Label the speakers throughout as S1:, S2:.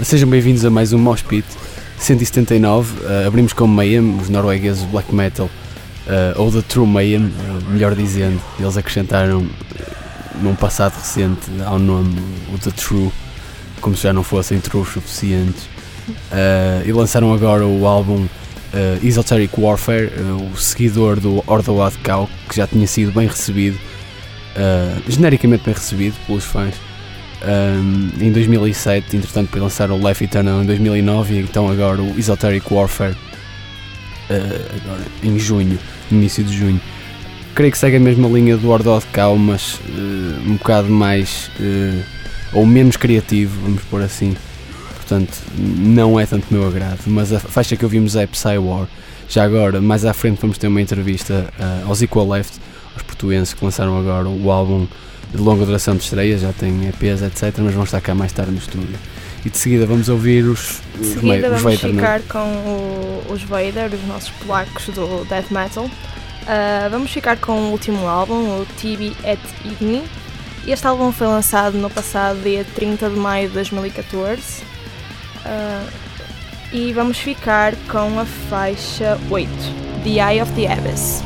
S1: Sejam bem-vindos a mais um Mosh Pit 179. Abrimos com Mayhem, os noruegueses black metal, ou The True Mayhem, melhor dizendo. Eles acrescentaram num passado recente ao nome o The True, como se já não fossem true suficientes. E lançaram agora o álbum Esoteric Warfare, o seguidor do Ordo Ad Cow, que já tinha sido bem recebido, genericamente bem recebido pelos fãs. Em 2007, entretanto depois lançaram o Life Eternal em 2009 e então agora o Esoteric Warfare agora em junho, início de junho. Creio que segue a mesma linha do Ordo Ad Cow, mas um bocado mais ou menos criativo, vamos pôr assim. Portanto, não é tanto meu agrado, mas a faixa que ouvimos é Psy War. Já agora, mais à frente, vamos ter uma entrevista aos Equal Left, aos portuenses que lançaram agora o álbum de longa duração de estreia, já tem EPs, etc, mas vamos estar cá mais tarde no estúdio. E de seguida vamos ouvir os
S2: Vader, vamos ficar
S1: né?
S2: com os Vader, os nossos polacos do Death Metal. Vamos ficar com o último álbum, o Tibi et Igni. Este álbum foi lançado no passado dia 30 de maio de 2014. E vamos ficar com a faixa 8, The Eye of the Abyss.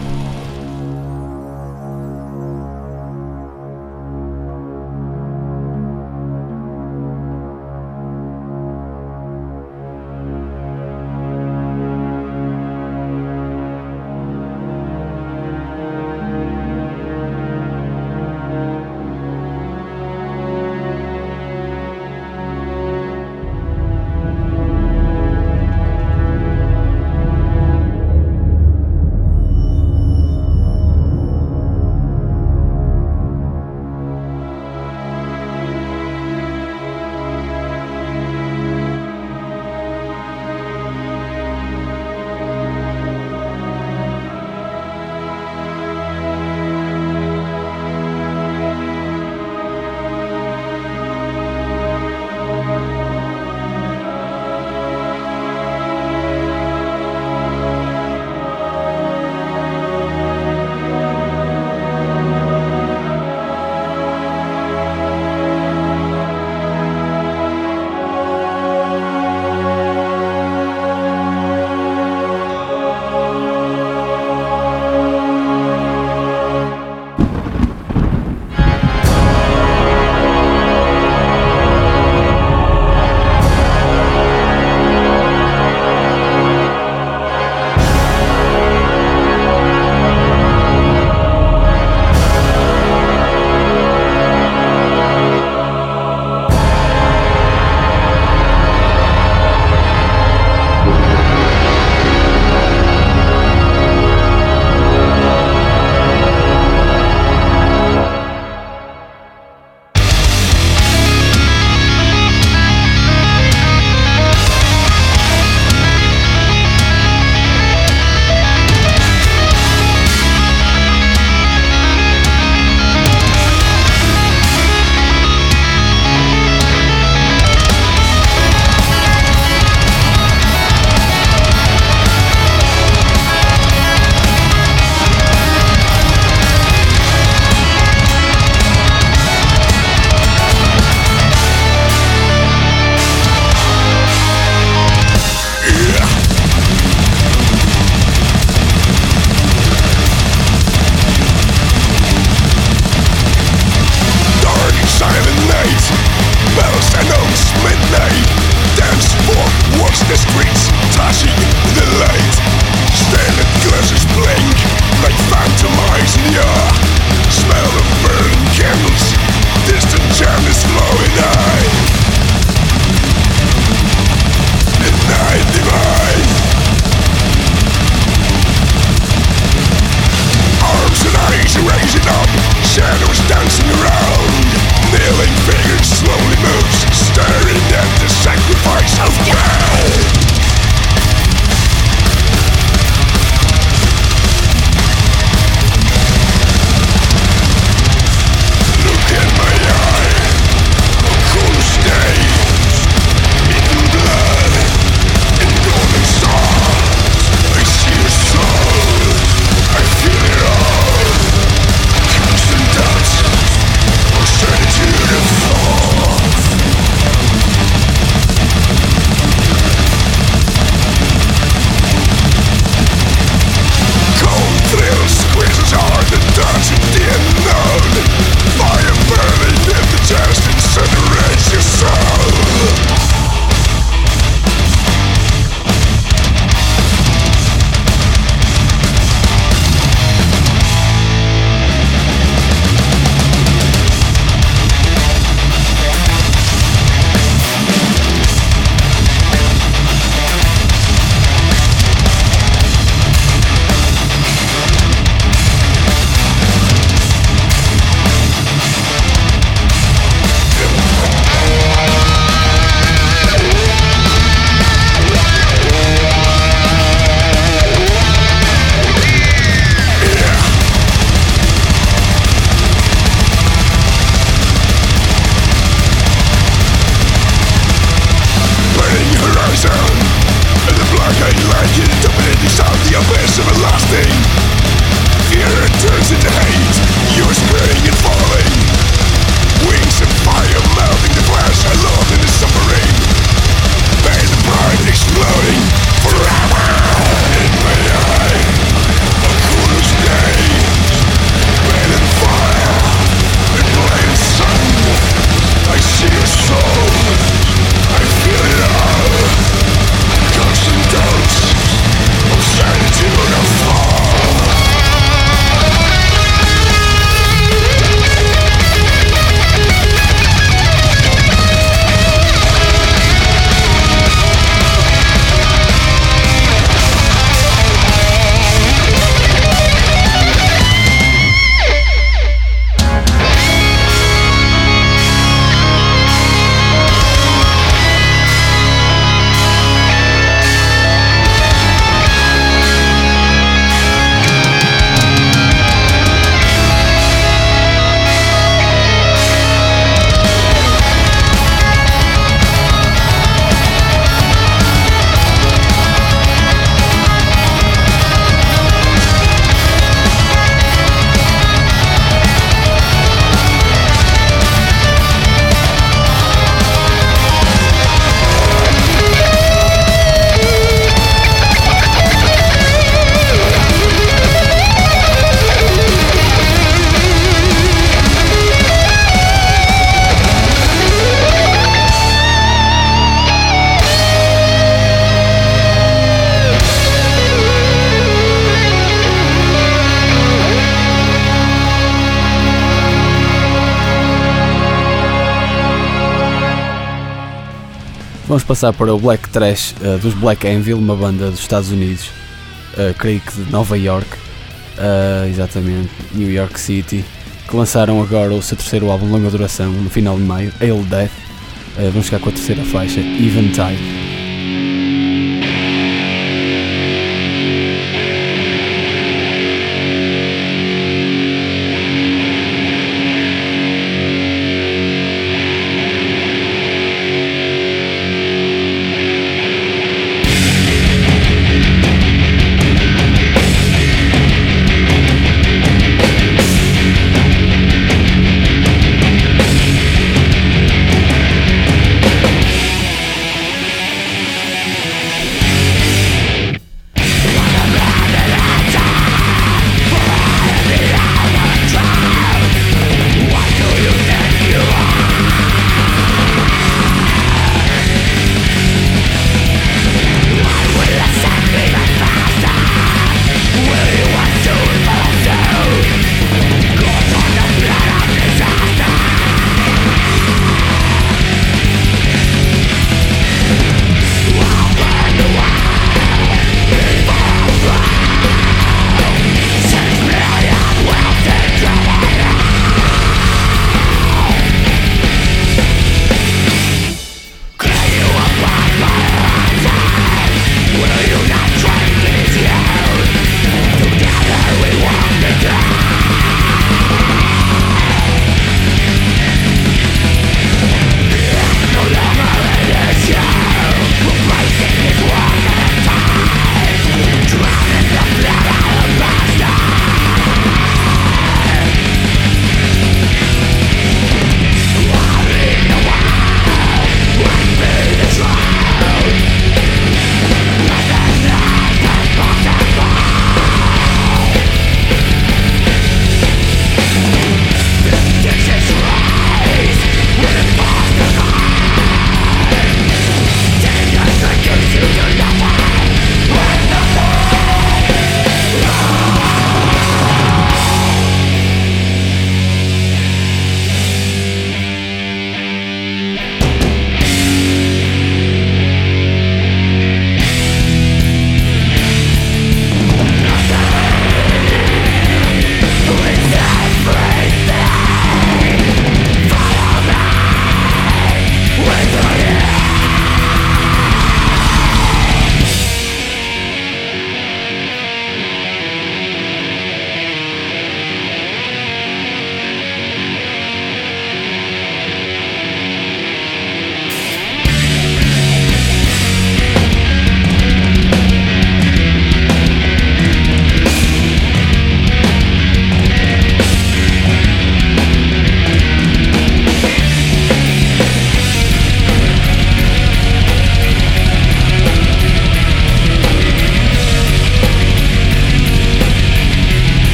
S1: Vamos passar para o Black Thrash dos Black Anvil, uma banda dos Estados Unidos, creio que de Nova York, exatamente, New York City, que lançaram agora o seu terceiro álbum de longa duração no final de maio, Hail Death. Vamos ficar com a terceira faixa, Eventide.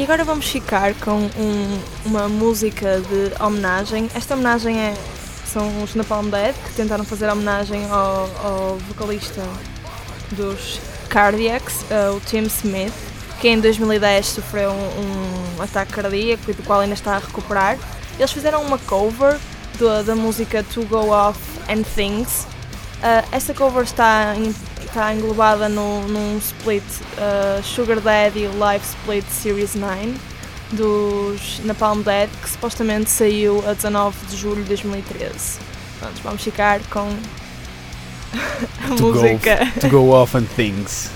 S2: agora vamos ficar com uma música de homenagem. Esta homenagem são os Napalm Death, que tentaram fazer homenagem ao vocalista dos Cardiacs, o Tim Smith, que em 2010 sofreu um ataque cardíaco e do qual ainda está a recuperar. Eles fizeram uma cover da música To Go Off and Things. Essa cover está englobada num split Sugar Daddy Live Split Series 9 dos Napalm Death, que supostamente saiu a 19 de julho de 2013. Pronto, vamos ficar com a música
S1: To Go Off and Things.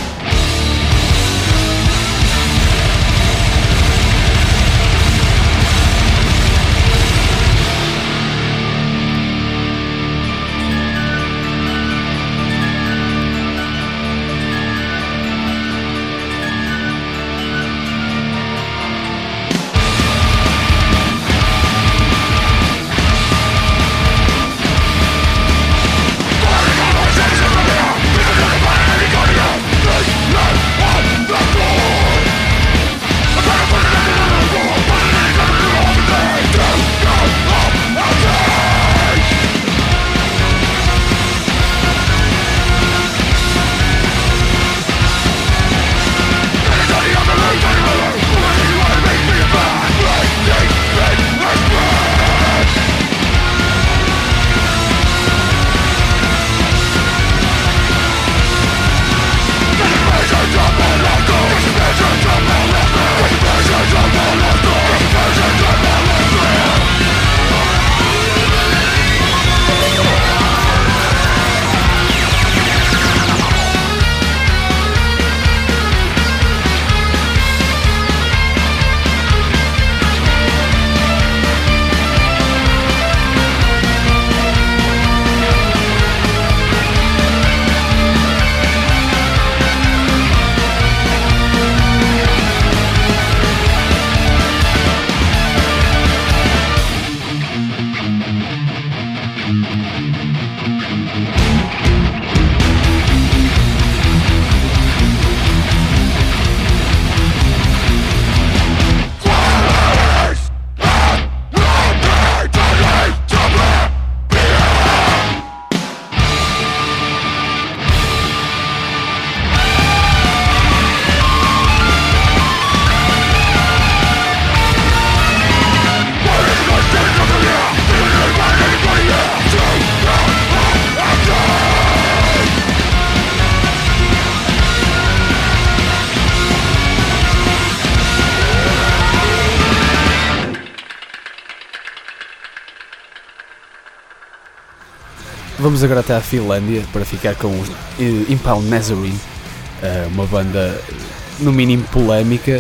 S1: Vamos agora até à Finlândia para ficar com os Impaled Nazarene, uma banda no mínimo polémica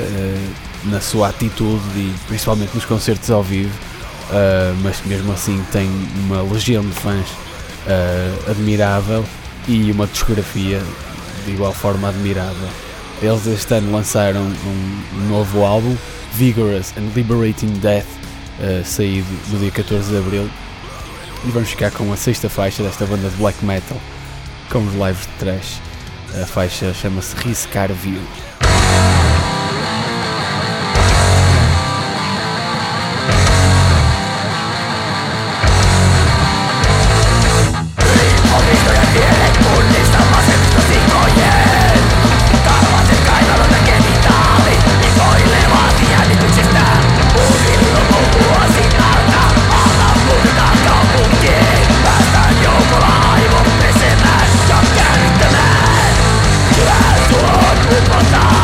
S1: na sua atitude e principalmente nos concertos ao vivo, mas mesmo assim tem uma legião de fãs admirável e uma discografia de igual forma admirável. Eles este ano lançaram um novo álbum, Vigorous and Liberating Death, saído no dia 14 de Abril. E vamos ficar com a sexta faixa desta banda de black metal, com os lives de thrash. A faixa chama-se Riscar View.
S3: Matar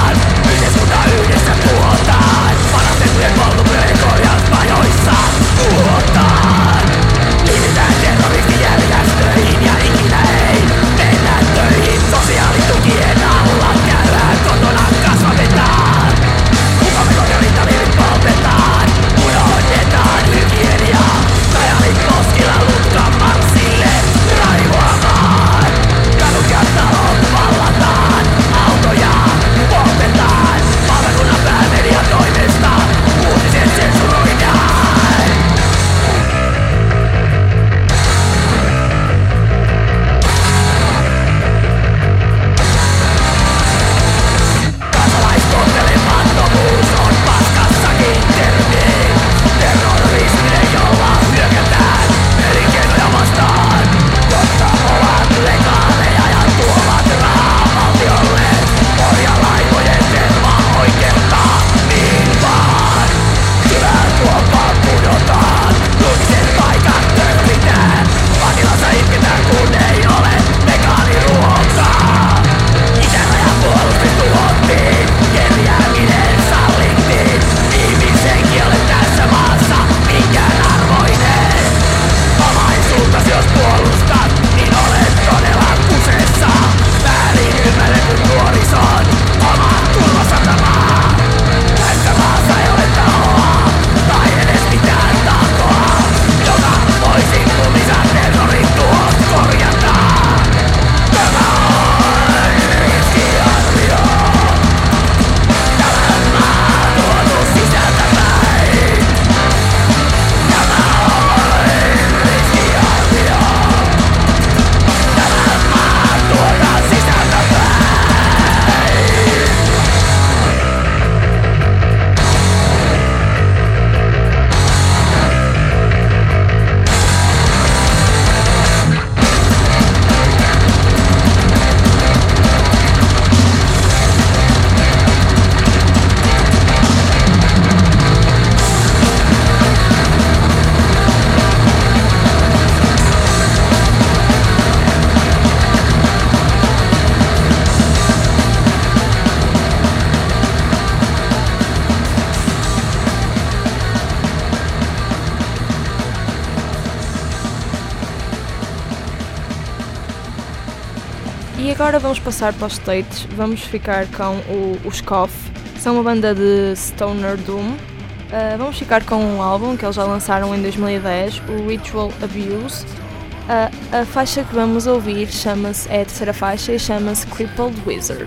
S2: agora vamos passar para os States, vamos ficar com os Cough, são uma banda de Stoner Doom. Vamos ficar com um álbum que eles já lançaram em 2010, o Ritual Abuse. A faixa que vamos ouvir é a terceira faixa e chama-se Crippled Wizard.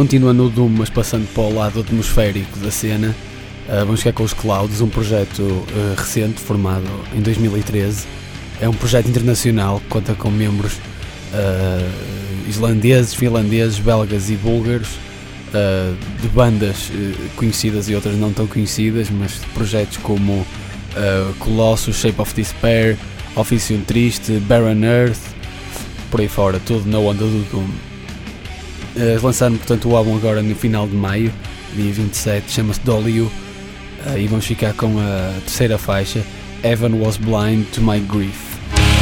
S1: continuando o Doom, mas passando para o lado atmosférico da cena, vamos ficar com os Clouds, um projeto recente, formado em 2013. É um projeto internacional que conta com membros islandeses, finlandeses, belgas e búlgaros, de bandas conhecidas e outras não tão conhecidas, mas de projetos como Colossus, Shape of Despair, Officium Triste, Barren Earth, por aí fora, tudo na onda do Doom. Lançaram, portanto, o álbum agora no final de maio, dia 27, chama-se Dolly, e vamos ficar com a terceira faixa, Evan Was Blind to My Grief.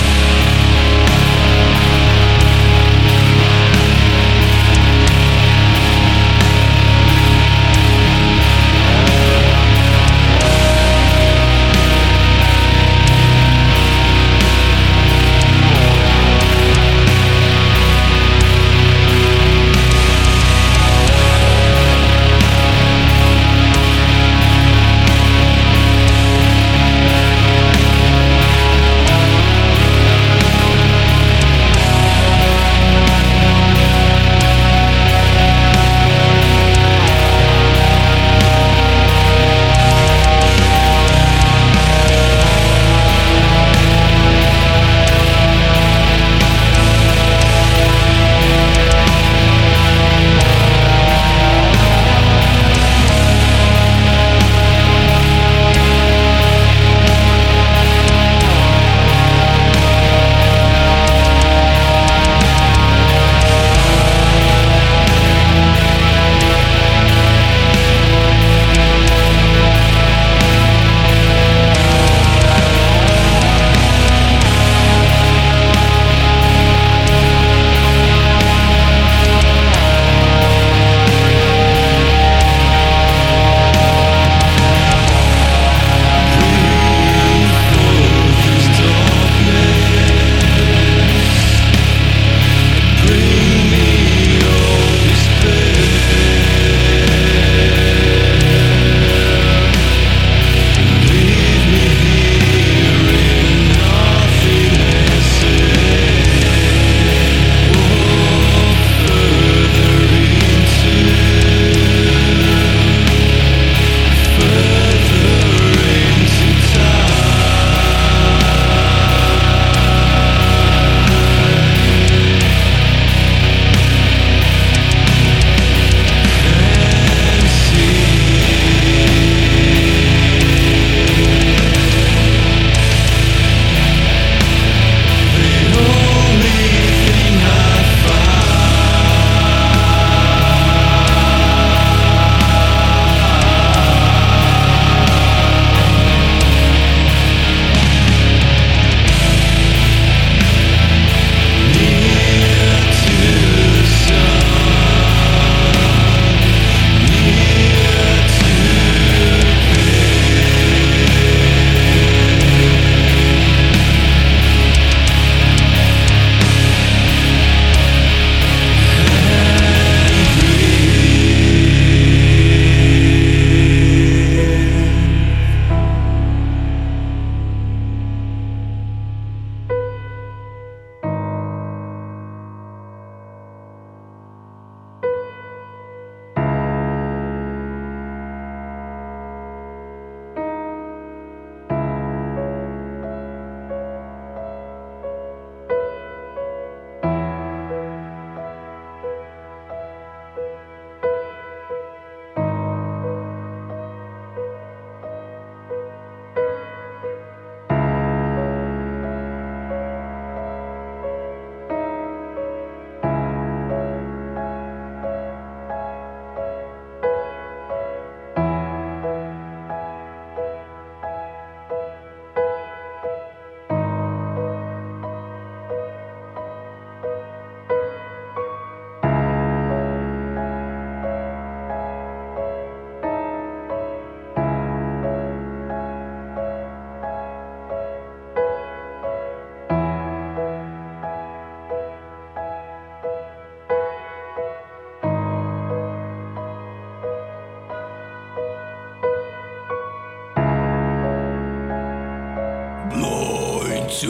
S3: to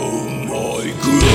S3: my grave.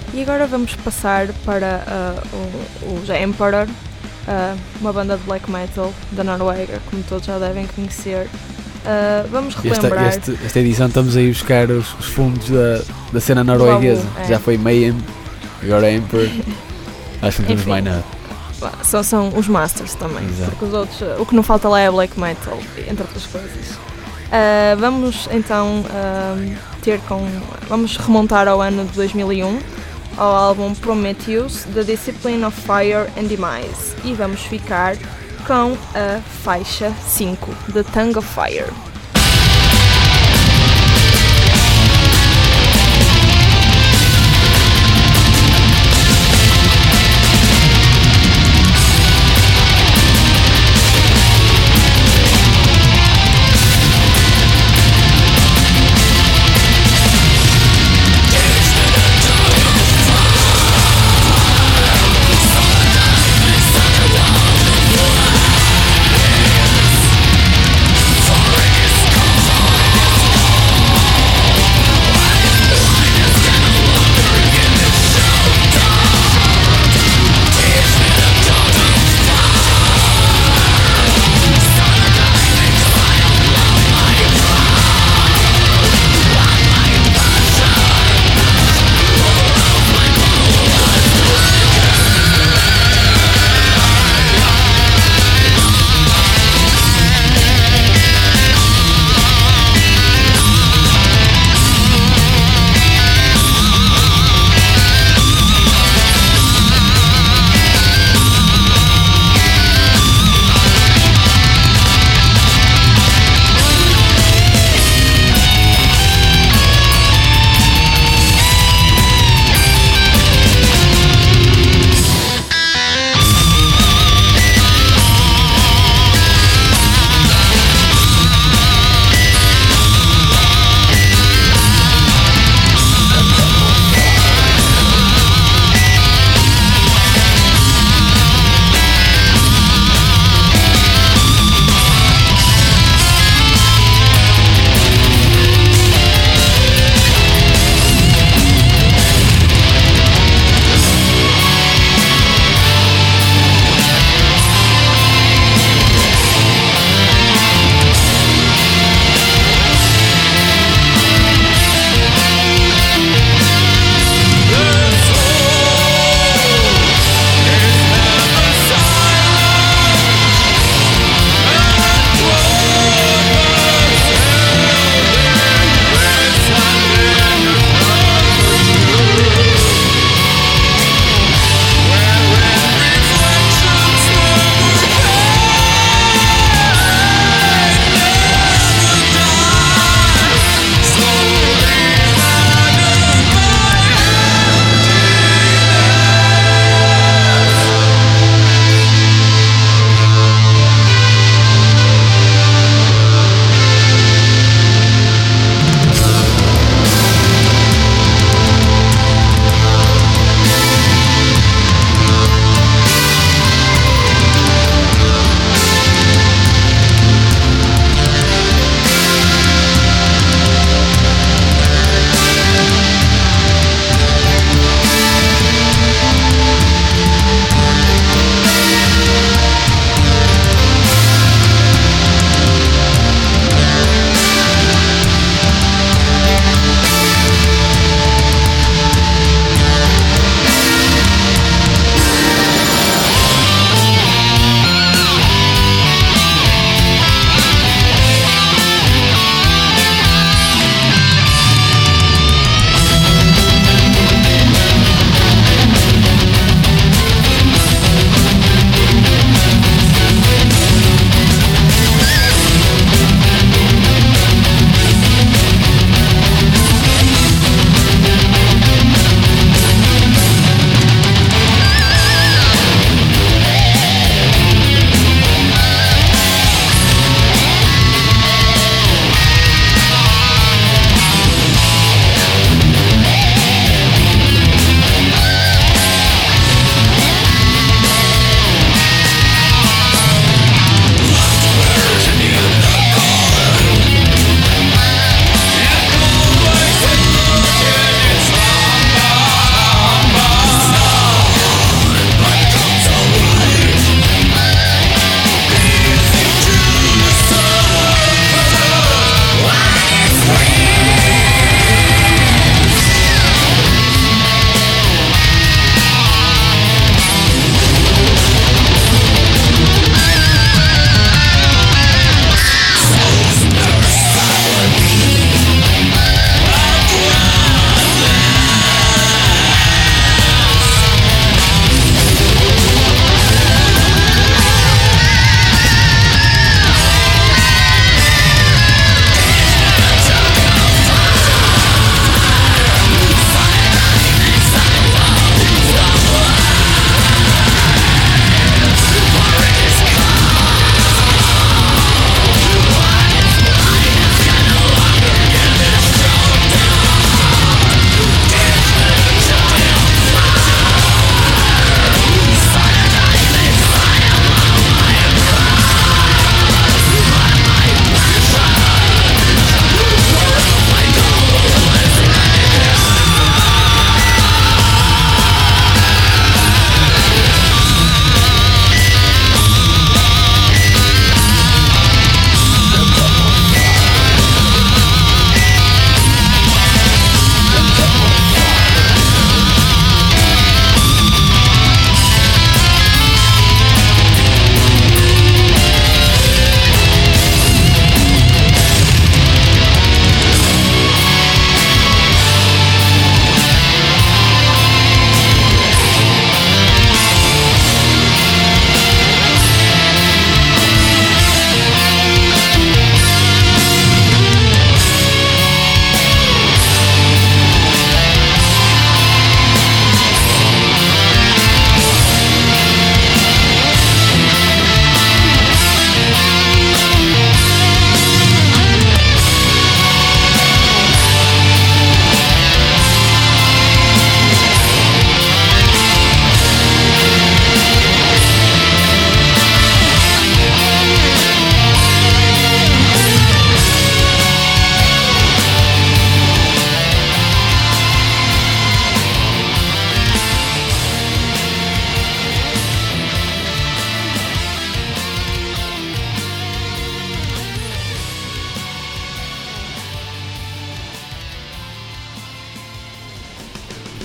S2: E agora vamos passar para os Emperor, uma banda de black metal da Noruega, como todos já devem conhecer. Vamos relembrar.
S1: Esta edição estamos aí a buscar os fundos da cena norueguesa. Já foi Mayhem, agora Emperor. Acho que não temos mais nada.
S2: São os Masters também.
S1: Exato.
S2: Porque os outros, o que não falta lá é black metal, entre outras coisas. Vamos então vamos remontar ao ano de 2001, ao álbum Prometheus, The Discipline of Fire and Demise, e vamos ficar com a faixa 5, The Tongue of Fire.
S3: Foreign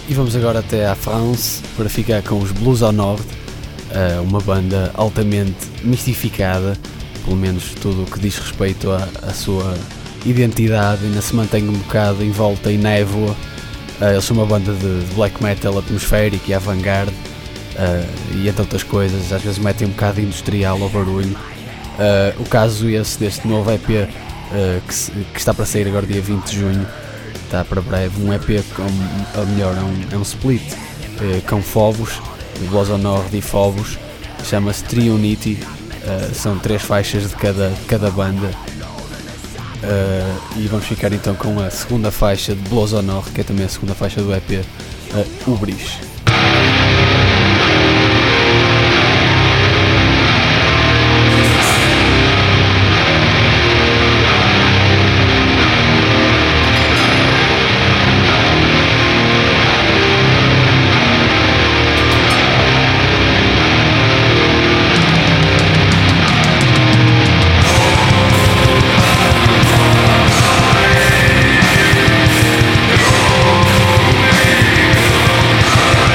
S1: E vamos agora até à France para ficar com os Blues ao Nord, uma banda altamente mistificada, pelo menos tudo o que diz respeito à sua identidade, ainda se mantém um bocado envolta em névoa. Eles são uma banda de black metal atmosférico e avant-garde, e entre outras coisas, às vezes metem um bocado industrial ao barulho. O caso esse deste novo EP que está para sair agora dia 20 de junho, está para breve, um EP é um split com Phobos, Blues ao Nord e Phobos, chama-se Triunity, são 3 faixas de cada banda, e vamos ficar então com a segunda faixa de Blues ao Nord, que é também a segunda faixa do EP, Ubris.
S3: Ubris.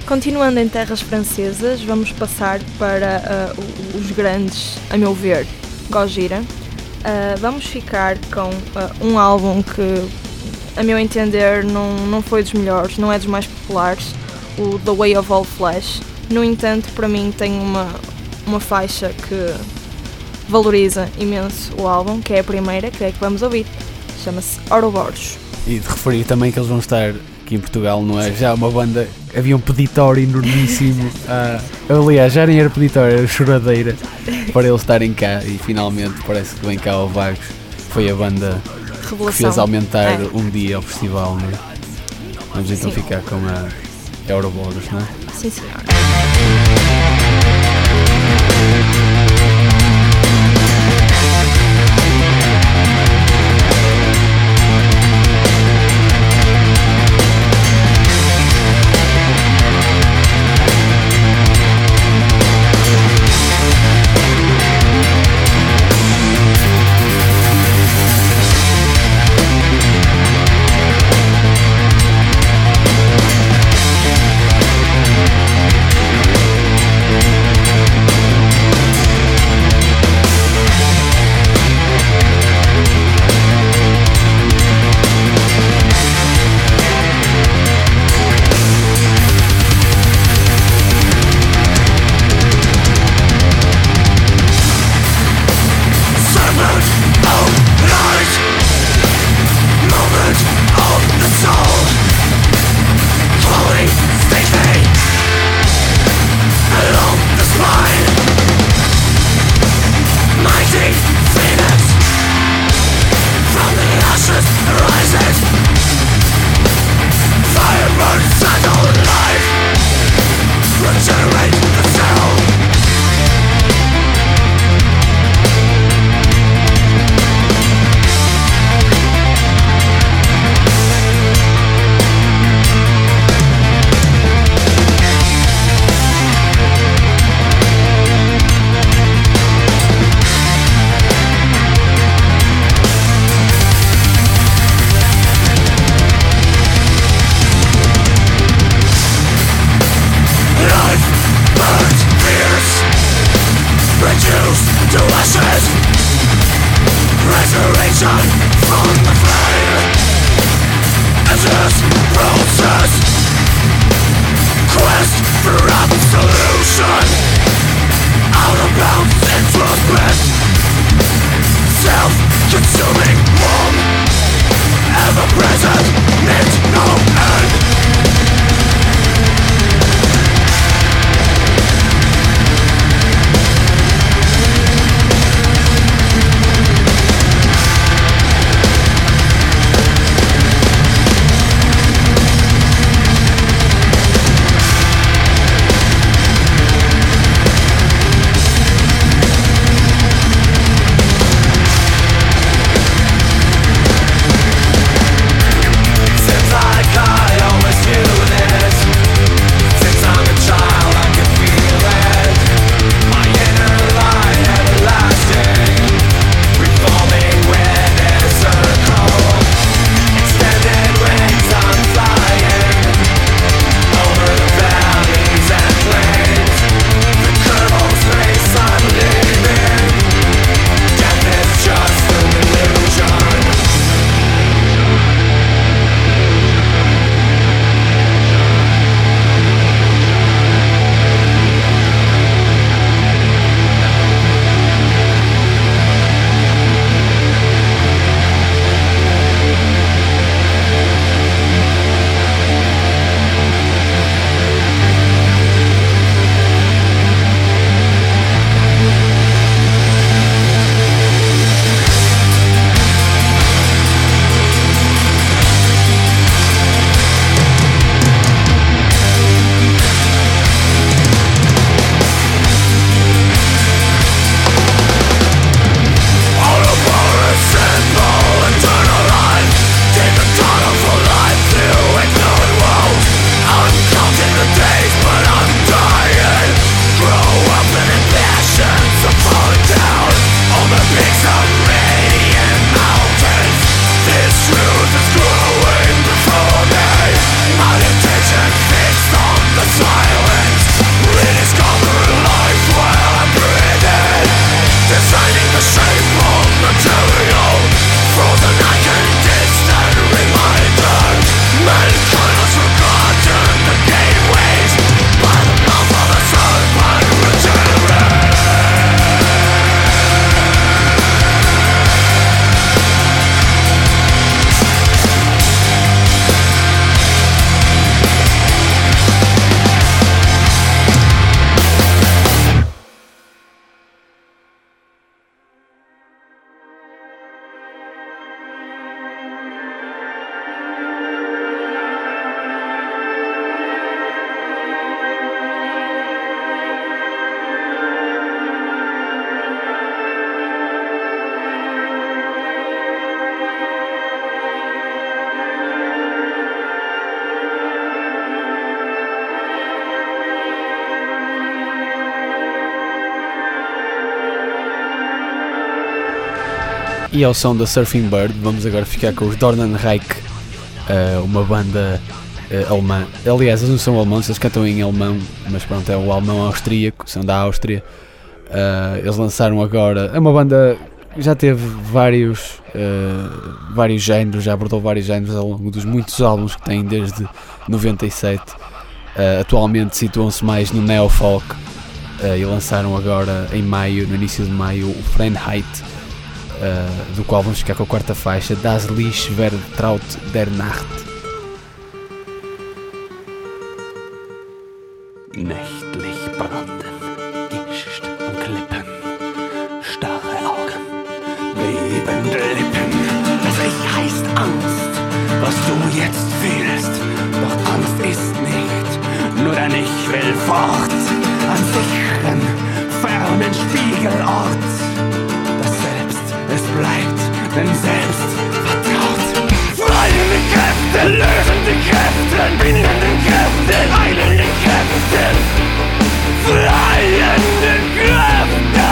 S2: Continuando em terras francesas, vamos passar para os grandes, a meu ver, Gojira. Vamos ficar com um álbum que, a meu entender, não foi dos melhores, não é dos mais populares, o The Way of All Flesh. No entanto, para mim tem uma faixa que valoriza imenso o álbum, que é a primeira, que é a que vamos ouvir. Chama-se Ouroboros.
S1: E de referir também que eles vão estar aqui em Portugal, não é? Já uma banda, havia um peditório enormíssimo. Aliás, já nem era peditório, era choradeira para eles estarem cá e finalmente parece que vem cá ao Vagos. Foi a banda
S2: Revelação.
S1: que fez aumentar um dia ao festival, não é? Vamos então ficar com a Ouroboros, não é?
S2: Sim, senhora.
S1: E ao som da Surfing Bird, vamos agora ficar com os Dornenreich, uma banda alemã. Aliás, eles não são alemãos, eles cantam em alemão, mas pronto, é o alemão austríaco, são da Áustria. Eles lançaram agora, é uma banda que já teve vários géneros, já abordou vários géneros ao longo dos muitos álbuns que têm desde 97. Atualmente situam-se mais no neofolk e lançaram agora em maio, no início de maio, o Fahrenheit, do qual vamos ficar com a quarta faixa, Das Licht Vertraut der Nacht.
S3: Nächtlich branden, Gischt und Klippen, starre Augen, bebende Lippen. Das Ich heißt Angst, was du jetzt fühlst. Doch Angst ist nicht, nur dein Ich will fort. An sicheren, fernen Spiegelort. Das Selbst, es bleibt, denn Selbst vertraut. Freiende Kräfte, lösende Kräfte, bindende Kräfte, heilende Kräfte. Freiende Kräfte.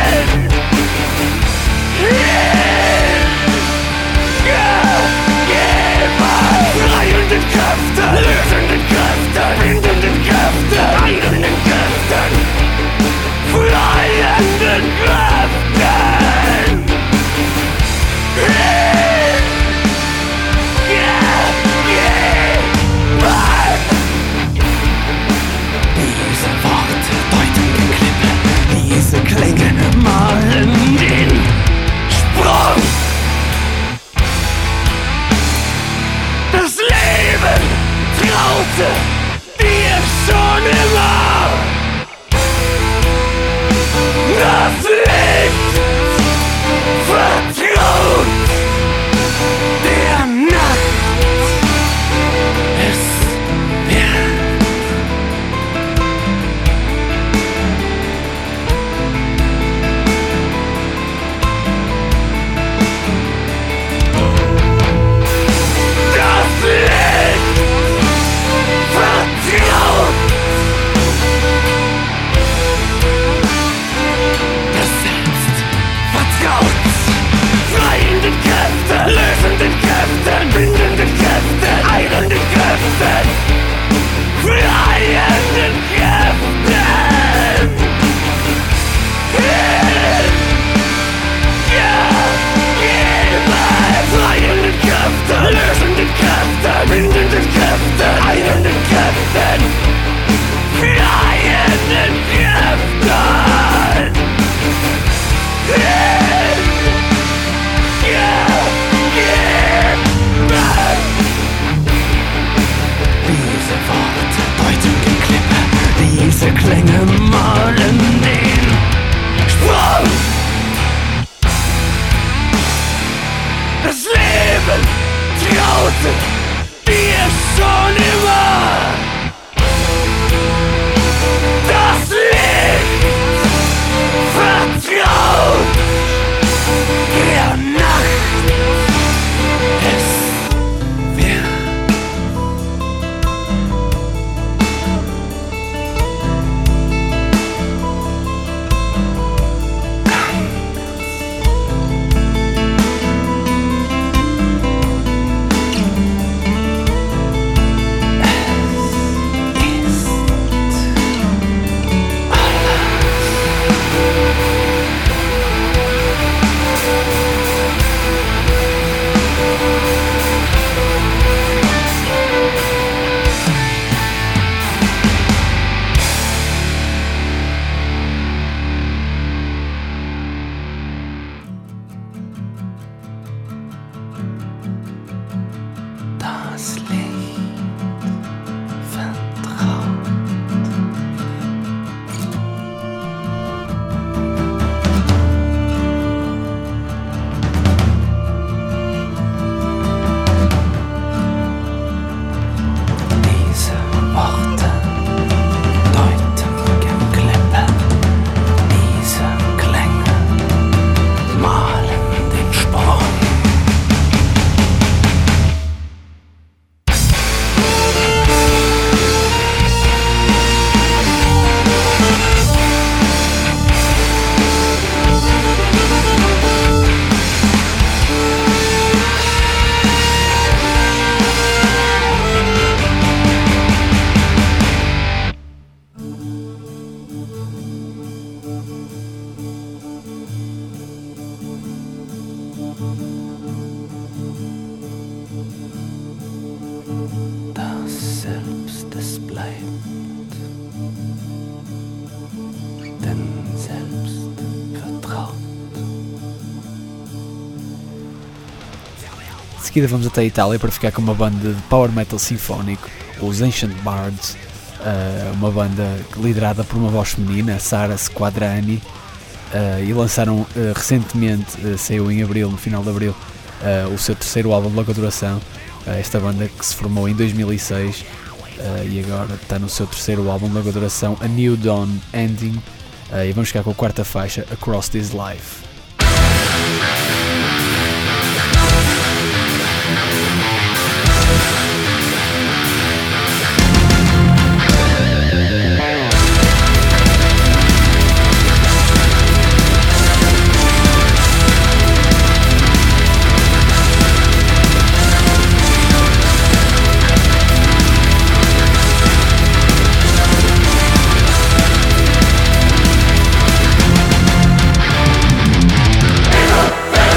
S3: Freiende Kräfte, lösende Kräfte, bindende Kräfte, heilende Kräfte. Freiende Kräfte. Diese Worte deuten die Klippe, diese Klänge malen den Sprung. Das Leben traute dir schon immer. Das Licht vertraut der Nacht. Es wird das Licht vertraut. Das Selbst vertraut. Freiende Kräfte, lösende Kräfte, bindende Kräfte, heilende Kräfte. Freiende Kräfte. Freiende Kräfte, lösende Kräfte, bindende Kräfte, heilende Kräfte. Freiende Kräfte. Diese Worte deuten die Klippe, diese Klänge malen den Sprung. Das Leben traute dir schon immer. Das Leben Das Selbst ist bleibend, denn selbst vertraut.
S4: De seguida vamos até a Itália para ficar com uma banda de power metal sinfónico, os Ancient Bards, uma banda liderada por uma voz feminina, Sara Squadrani, e lançaram recentemente, saiu em abril, no final de abril, o seu terceiro álbum de longa duração. Esta banda que se formou em 2006 e agora está no seu terceiro álbum de longa duração, A New Dawn Ending, e vamos ficar com a quarta faixa, Across This Life.
S3: Faith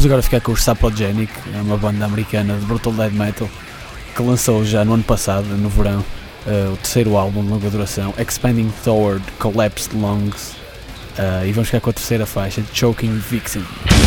S4: agora ficar com os Sapogenic, é uma banda americana de brutal death metal que lançou já no ano passado, no verão, o terceiro álbum de longa duração, Expanding Toward Collapsed Lungs, e vamos ficar com a terceira faixa, Choking Vixen.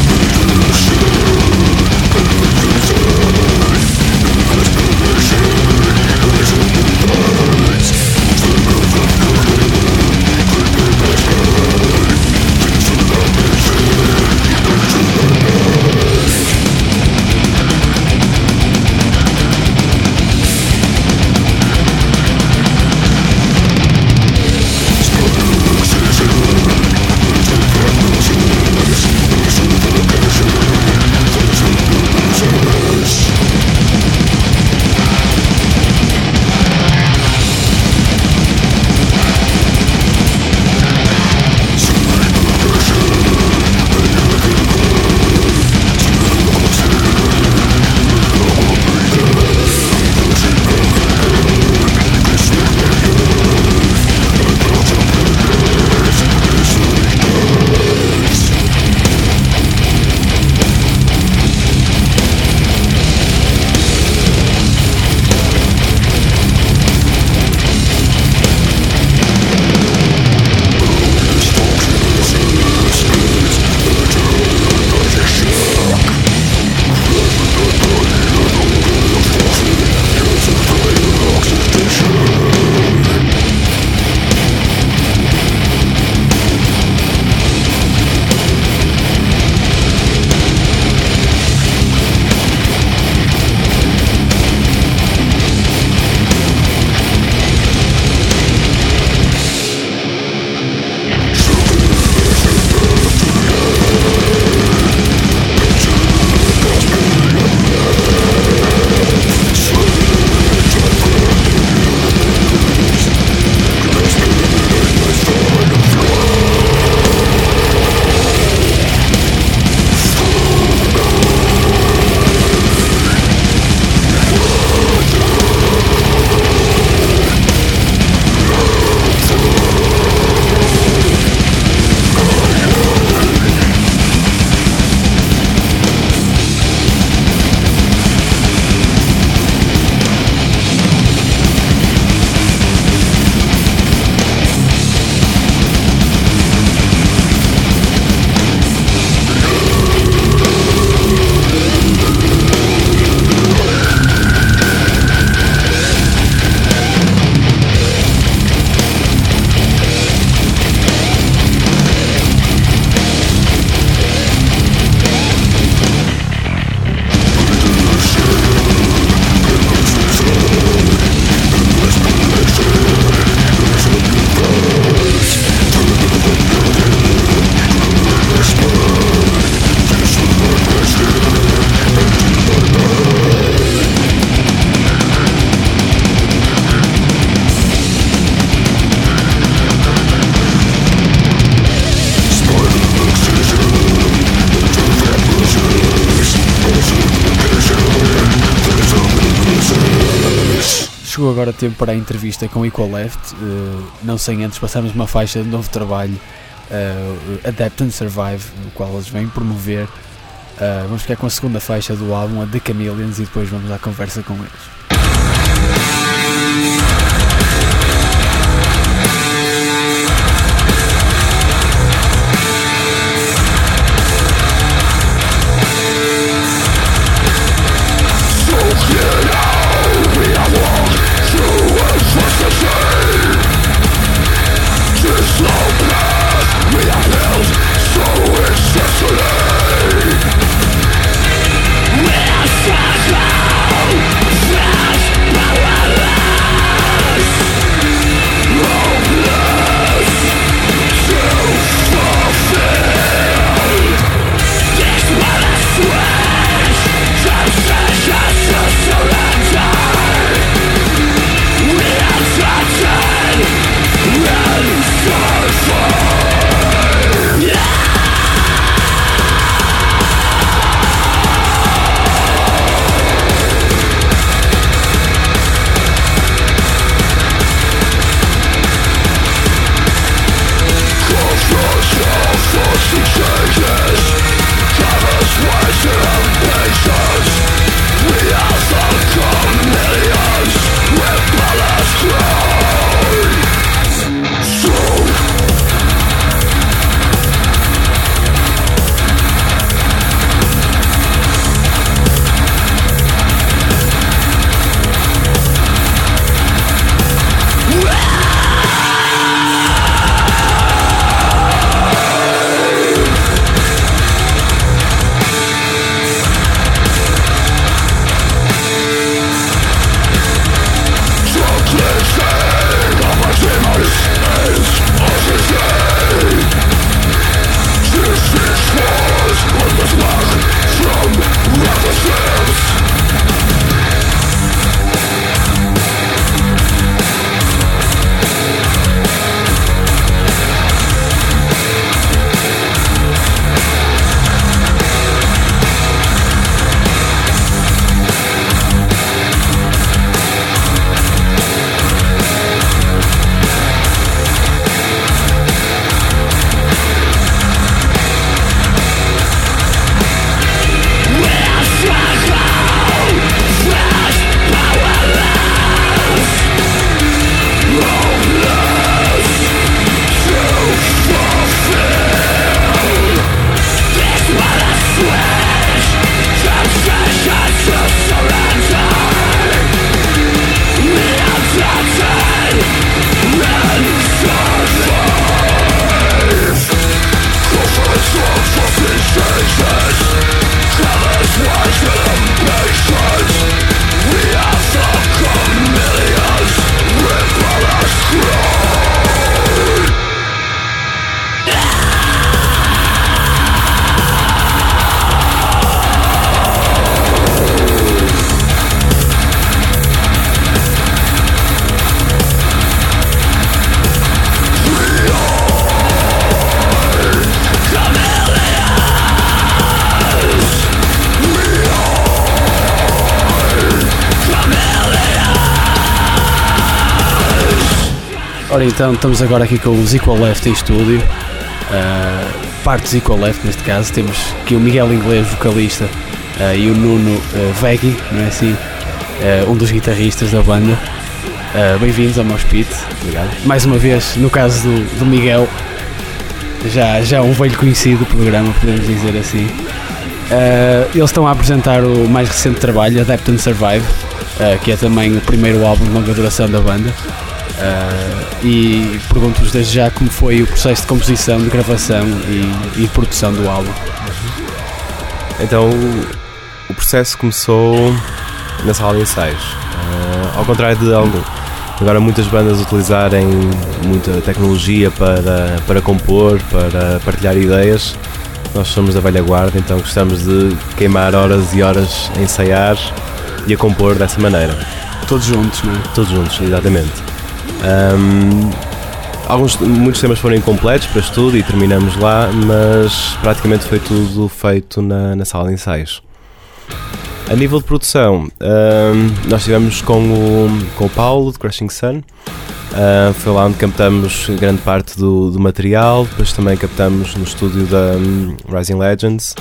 S4: Chegou agora o tempo para a entrevista com Equal Left, não sem antes passarmos uma faixa de novo trabalho, Adapt and Survive, no qual eles vêm promover. Vamos ficar com a segunda faixa do álbum, a The Chameleons, e depois vamos à conversa com eles.
S5: We're
S1: Ora então, estamos agora aqui com os Equal Left em estúdio, partes Equal Left neste caso, temos aqui o Miguel Inglês, vocalista, e o Nuno Veggie, não é assim? Um dos guitarristas da banda. Bem-vindos ao Mosh Pit.
S5: Obrigado.
S1: Mais uma vez, no caso do Miguel, já um velho conhecido do programa, podemos dizer assim. Eles estão a apresentar o mais recente trabalho, Adapt and Survive, que é também o primeiro álbum de longa duração da banda. E pergunto-vos desde já como foi o processo de composição, de gravação e de produção do álbum.
S5: Então o processo começou na sala de ensaios. Ao contrário de agora muitas bandas utilizarem muita tecnologia para compor, para partilhar ideias, nós somos da velha guarda, então gostamos de queimar horas e horas a ensaiar e a compor dessa maneira.
S1: Todos juntos, não é?
S5: Todos juntos, exatamente. Muitos temas foram incompletos para estudo e terminamos lá, mas praticamente foi tudo feito na sala de ensaios. A nível de produção, nós estivemos com o Paulo de Crashing Sun, foi lá onde captamos grande parte do material, depois também captamos no estúdio da Rising Legends,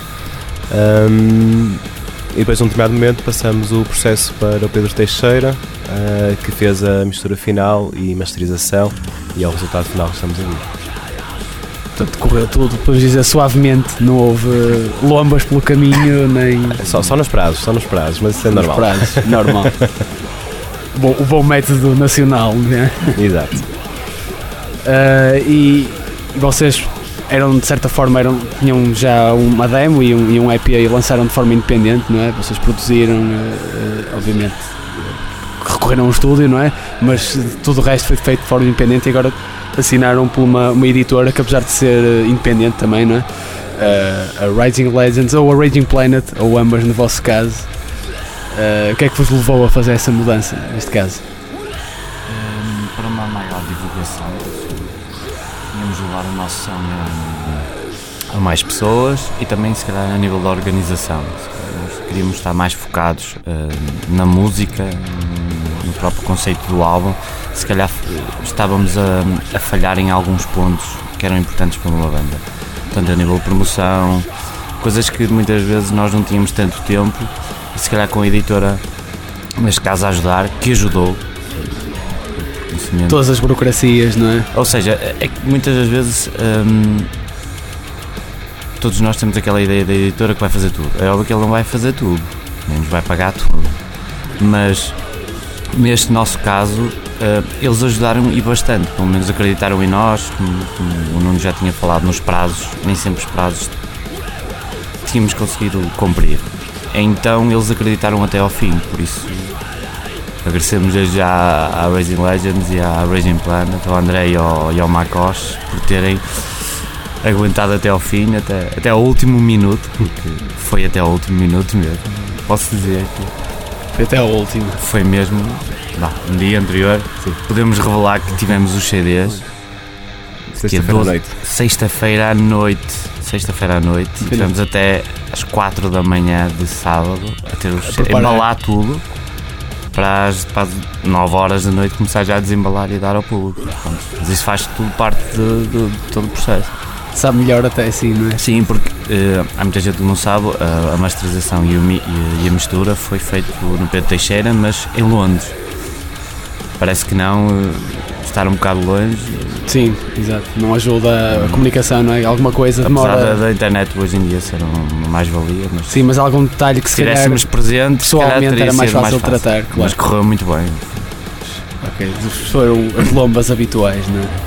S5: e depois num determinado momento passamos o processo para o Pedro Teixeira, que fez a mistura final e masterização, e é o resultado final que estamos a ver.
S1: Portanto, correu tudo, podemos dizer, suavemente, não houve lombas pelo caminho, nem...
S5: Só nos prazos, mas isso é normal.
S1: Nos prazos, normal. O bom método nacional, não é?
S5: Exato.
S1: E vocês eram, de certa forma, tinham já uma demo e um EP e lançaram de forma independente, não é? Vocês produziram, obviamente, recorreram a um estúdio, não é? Mas tudo o resto foi feito de forma independente e agora assinaram por uma editora que, apesar de ser independente também, não é? A Rising Legends ou a Raging Planet, ou ambas no vosso caso. O que é que vos levou a fazer essa mudança, neste caso?
S6: Para uma maior divulgação, tínhamos levar o nosso som a mais pessoas e também, se calhar, a nível da organização. Nós queríamos estar mais focados na música, no próprio conceito do álbum. Se calhar estávamos a falhar em alguns pontos que eram importantes para uma banda, tanto a nível de promoção, coisas que muitas vezes nós não tínhamos tanto tempo, e se calhar com a editora, neste caso a ajudar, que ajudou.
S1: Todas as burocracias, não é?
S6: Ou seja, é que muitas das vezes todos nós temos aquela ideia da editora que vai fazer tudo. É óbvio que ele não vai fazer tudo, nem nos vai pagar tudo, mas neste nosso caso eles ajudaram e bastante, pelo menos acreditaram em nós, como o Nuno já tinha falado, nos prazos, nem sempre os prazos tínhamos conseguido cumprir, então eles acreditaram até ao fim, por isso agradecemos desde já à Rising Legends e à Raging Planet, ao André e ao Macos por terem aguentado até ao fim, até ao último minuto, porque foi até ao último minuto mesmo, posso dizer que
S1: foi até ao último.
S6: Foi mesmo, no dia anterior, sim. Podemos revelar que tivemos os CDs sexta-feira à noite, tivemos até às 4 da manhã de sábado a ter os CDs, embalar tudo para às 9 horas da noite começar já a desembalar e dar ao público. Mas isso faz tudo parte de todo o processo.
S1: Sabe melhor até assim, não é?
S6: Sim, porque há muita gente que não sabe, a masterização e a mistura foi feito no Pedro Teixeira, mas em Londres. Parece que não, estar um bocado longe.
S1: Sim, exato. Não ajuda a comunicação, não é? Alguma coisa demora...
S6: Apesar da internet hoje em dia ser uma mais-valia, mas...
S1: Sim, mas algum detalhe que se
S6: tivéssemos presente,
S1: pessoalmente era mais fácil de tratar, claro.
S6: Mas correu muito bem.
S1: Ok, foram as lombas habituais, não é?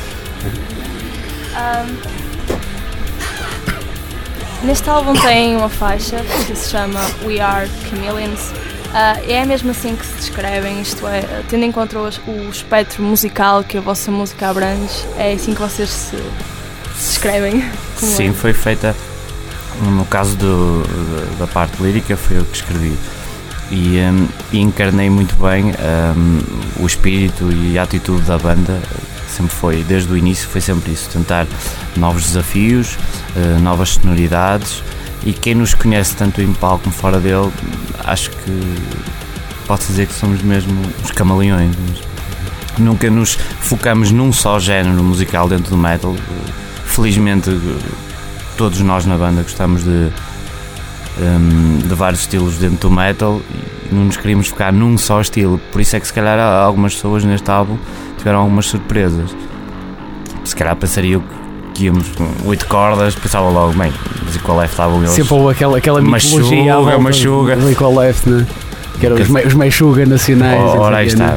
S2: Neste álbum tem uma faixa que se chama We Are Chameleons. É mesmo assim que se descrevem, isto é, tendo em conta o espectro musical que a vossa música abrange, é assim que vocês se descrevem?
S6: Sim, foi feita, no caso da parte lírica, foi eu que escrevi e encarnei muito bem o espírito e a atitude da banda. Sempre foi, desde o início foi sempre isso, tentar novos desafios, novas sonoridades, e quem nos conhece tanto em palco como fora dele, acho que pode dizer que somos mesmo os camaleões. Nunca nos focamos num só género musical dentro do metal. Felizmente todos nós na banda gostamos de vários estilos dentro do metal e não nos queríamos focar num só estilo. Por isso é que se calhar algumas pessoas neste álbum tiveram algumas surpresas. Se calhar pensariam que íamos com 8 cordas, pensava logo, bem, mas Equal Left estavam eles.
S1: Sempre houve aquela mitologia
S6: Meshuggah.
S1: do Equal Left, né? Que eram os Meshuggah nacionais.
S6: Ora aí está.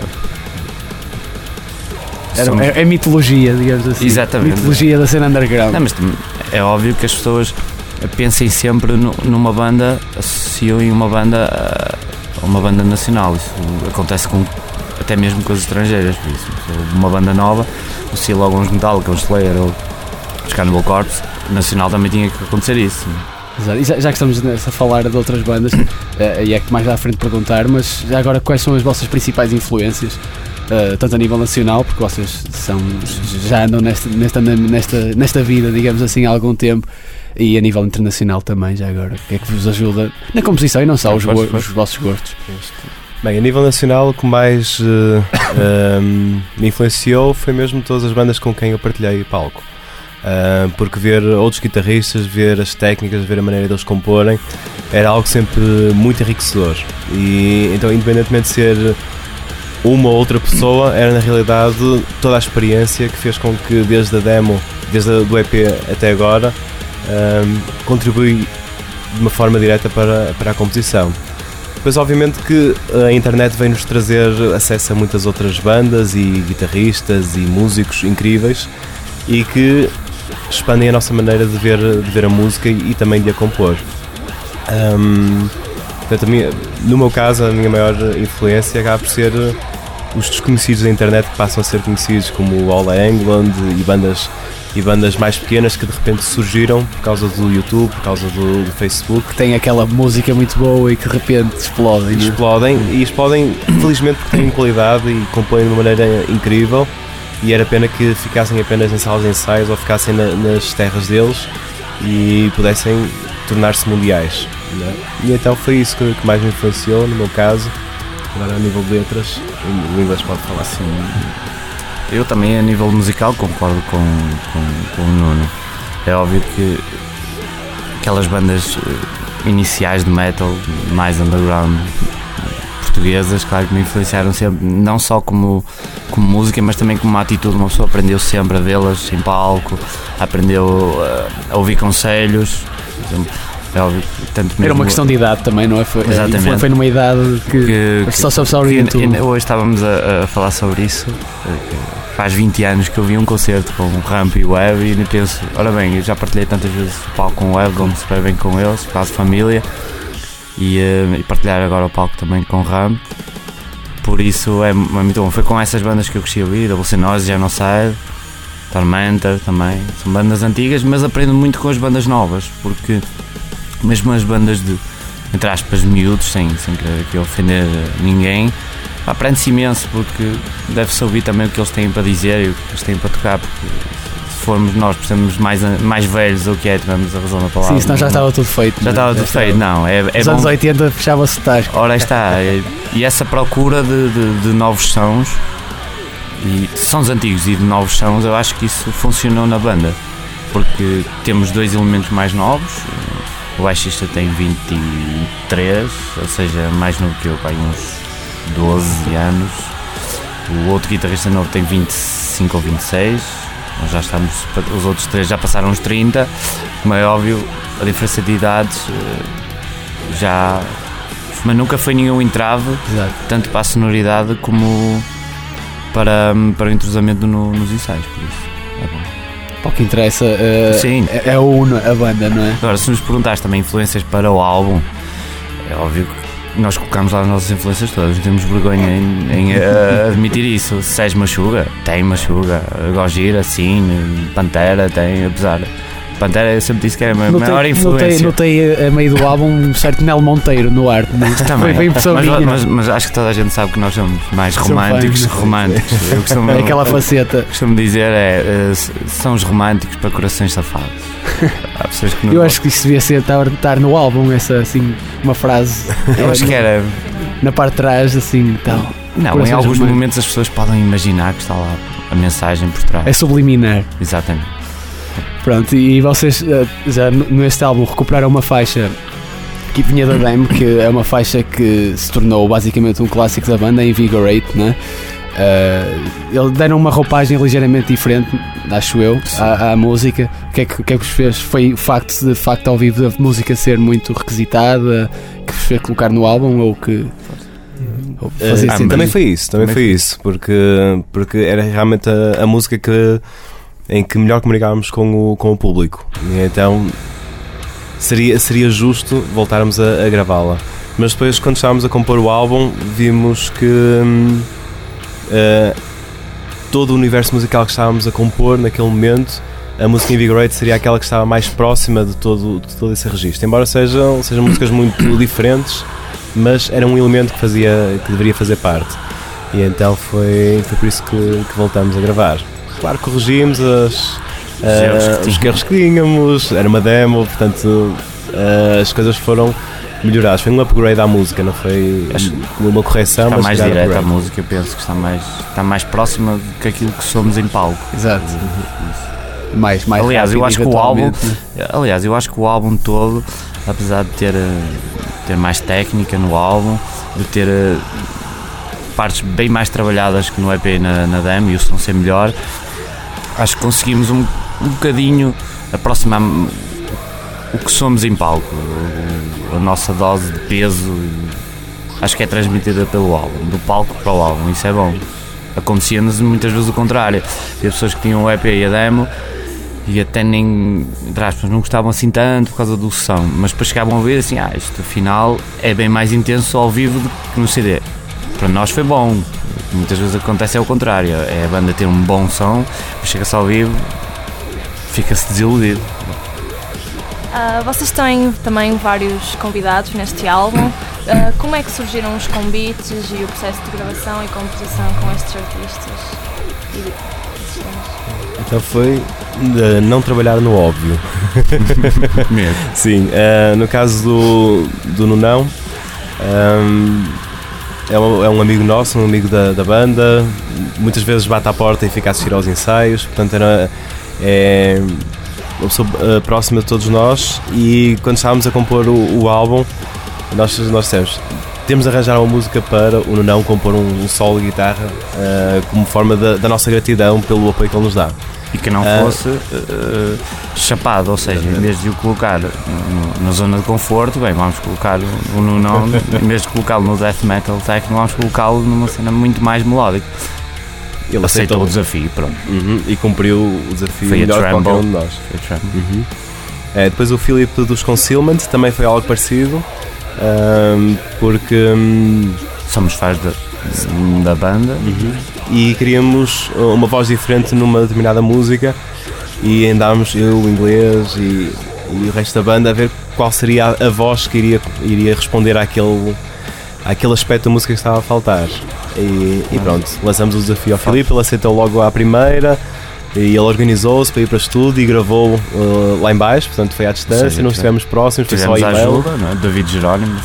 S1: É mitologia, digamos assim.
S6: Exatamente.
S1: Mitologia da cena underground.
S6: Não, mas é óbvio que as pessoas pensem sempre numa banda, associam uma banda a uma banda nacional. Isso acontece com até mesmo com as estrangeiras. Por isso, uma banda nova associa logo uns Metallica, uns Slayer ou os Cannibal Corpse. Nacional também tinha que acontecer isso.
S1: Exato. E já que estamos a falar de outras bandas, e é que mais à frente perguntar, mas já agora quais são as vossas principais influências? Tanto a nível nacional, porque vocês já andam nesta vida, digamos assim, há algum tempo, e a nível internacional também, já agora. O que é que vos ajuda na composição e não só os vossos gostos?
S5: Bem, a nível nacional, o que mais me influenciou foi mesmo todas as bandas com quem eu partilhei palco. Porque ver outros guitarristas, ver as técnicas, ver a maneira deles comporem, era algo sempre muito enriquecedor. E então, independentemente de ser uma ou outra pessoa, era na realidade toda a experiência que fez com que desde a demo, desde o EP até agora, contribui de uma forma direta para a composição. Depois, obviamente que a internet vem-nos trazer acesso a muitas outras bandas e guitarristas e músicos incríveis e que expandem a nossa maneira de ver a música e também de a compor. Portanto, no meu caso, a minha maior influência acaba por ser os desconhecidos da internet que passam a ser conhecidos, como o All England e bandas mais pequenas que de repente surgiram por causa do YouTube, por causa do Facebook.
S1: Que tem aquela música muito boa e que de repente explodem.
S5: Explodem, felizmente, porque têm qualidade e compõem de uma maneira incrível. E era pena que ficassem apenas em salas de ensaios ou ficassem nas terras deles e pudessem tornar-se mundiais, né? E então foi isso que mais me influenciou, no meu caso. Agora, a nível de letras, o inglês pode falar assim.
S6: Eu também, a nível musical, concordo com o Nuno. É óbvio que aquelas bandas iniciais de metal, mais underground, portuguesas, claro que me influenciaram sempre, não só como música, mas também como uma atitude. Uma pessoa aprendeu sempre a vê-las em palco, aprendeu a ouvir conselhos, por exemplo. É óbvio, tanto mesmo,
S1: era uma questão de idade também, não é?
S6: Exatamente.
S1: Foi numa idade que só orientou.
S6: Hoje estávamos a falar sobre isso. Faz 20 anos que eu vi um concerto com o Ramp e o Web e penso, ora bem, eu já partilhei tantas vezes o palco com o Web, dou-me super bem com eles, quase família, e partilhar agora o palco também com o Ramp. Por isso é muito bom. Foi com essas bandas que eu cresci a ouvir, a Bolsinose, Genocide, Tormentor também. São bandas antigas, mas aprendo muito com as bandas novas, porque mesmo as bandas de, entre aspas, miúdos, sem querer ofender ninguém, aprende-se imenso, porque deve-se ouvir também o que eles têm para dizer e o que eles têm para tocar, porque se formos nós, por sermos mais velhos, ou que é, tivemos a razão da palavra.
S1: Sim, senão já estava tudo feito.
S6: Já estava tudo feito, não. É
S1: nos anos 80 fechava-se o tasco.
S6: Ora, aí está. E essa procura de novos sons, e sons antigos e de novos sons, eu acho que isso funcionou na banda, porque temos dois elementos mais novos. O baixista tem 23, ou seja, mais novo que eu, pai, uns 12 anos. O outro guitarrista novo tem 25 ou 26. Nós já estamos, os outros três já passaram os 30. Como é óbvio, a diferença de idades já... Mas nunca foi nenhum entrave, exato, tanto para a sonoridade como para o entrosamento nos ensaios, por isso é bom.
S1: O que interessa
S6: sim,
S1: é a banda, não é?
S6: Agora, se nos perguntares também influências para o álbum, é óbvio que nós colocamos lá as nossas influências todas, não temos vergonha em admitir isso. Sérgio Meshuggah, tem Meshuggah, Gojira, sim, Pantera, tem, apesar... Pantera, eu sempre disse que era a maior influência.
S1: Notei a meio do álbum um certo Nel Monteiro no ar.
S6: Também, foi impressão minha. Mas acho que toda a gente sabe que nós somos mais românticos. Eu costumo,
S1: é aquela faceta.
S6: Costumo dizer, são os românticos para corações safados. Há pessoas que não.
S1: Eu acho que isso devia ser estar no álbum, essa assim, uma frase.
S6: Eu acho que era.
S1: Na parte de trás, assim, tal.
S6: Não, em
S1: corações
S6: alguns
S1: românticos.
S6: momentos as pessoas podem imaginar que está lá a mensagem por trás.
S1: É subliminar.
S6: Exatamente.
S1: Pronto, e vocês já neste álbum recuperaram uma faixa que vinha da demo, que é uma faixa que se tornou basicamente um clássico da banda, Invigorate, né? Eles deram uma roupagem ligeiramente diferente, acho eu, à música. O que é que vos fez? Foi o facto de facto ao vivo a música ser muito requisitada que vos fez colocar no álbum, ou que fazia sentido?
S5: Também foi isso, porque era realmente a música em que melhor comunicávamos com o público, e então seria justo voltarmos a gravá-la. Mas depois, quando estávamos a compor o álbum, vimos que todo o universo musical que estávamos a compor naquele momento, a música Invigorate seria aquela que estava mais próxima de todo esse registro, embora sejam músicas muito diferentes, mas era um elemento que deveria fazer parte, e então foi por isso que voltamos a gravar. Claro, corrigimos os erros que tínhamos, era uma demo, portanto as coisas foram melhoradas, foi um upgrade à música, não foi uma correção,
S6: está
S5: mas
S6: mais direta à música, eu penso que está mais próxima do que aquilo que somos em palco.
S1: Exato. Mais
S6: aliás,
S1: rápido,
S6: eu acho que o álbum,
S1: eventualmente,
S6: eu acho que o álbum todo, apesar de ter mais técnica no álbum, de ter partes bem mais trabalhadas que no EP e na demo, e o som ser melhor, acho que conseguimos um bocadinho aproximar o que somos em palco, a nossa dose de peso, acho que é transmitida pelo álbum, do palco para o álbum, isso é bom. Acontecia-nos muitas vezes o contrário, havia pessoas que tinham o EP e a demo e até nem, entre aspas, não gostavam assim tanto por causa do som, mas depois chegavam a ver assim, isto afinal é bem mais intenso ao vivo do que no CD. Para nós foi bom, muitas vezes acontece ao contrário, é a banda ter um bom som, mas chega-se ao vivo, fica-se desiludido.
S2: Vocês têm também vários convidados neste álbum. Como é que surgiram os convites e o processo de gravação e composição com estes artistas?
S5: Então foi não trabalhar no óbvio.
S6: Mesmo.
S5: Sim, no caso do Nunão, é um amigo nosso, um amigo da banda, muitas vezes bate à porta e fica a assistir aos ensaios, portanto é uma pessoa próxima de todos nós, e quando estávamos a compor o álbum, nós dissemos, temos de arranjar uma música para o Nunão compor um solo de guitarra, como forma da nossa gratidão pelo apoio que ele nos dá.
S6: E que não fosse chapado, ou seja, em vez de o colocar na zona de conforto, bem, vamos colocar o Nunão, em vez de colocá-lo no death metal techno, vamos colocá-lo numa cena muito mais melódica.
S5: Ele
S6: aceitou o desafio, pronto.
S5: E cumpriu o desafio
S6: foi
S5: melhor que qualquer um de nós. Depois o Filipe dos Concealment também foi algo parecido, porque
S6: somos fãs da banda
S5: e queríamos uma voz diferente numa determinada música, e andámos eu, o inglês e o resto da banda a ver qual seria a voz que iria responder àquele aspecto da música que estava a faltar. E pronto, lançamos o desafio ao Filipe, ele aceitou logo à primeira, e ele organizou-se para ir para estúdio e gravou lá em baixo, portanto foi à distância, não estivemos próximos, foi só e-mail.
S6: Ajuda, não é? David Jerónimo,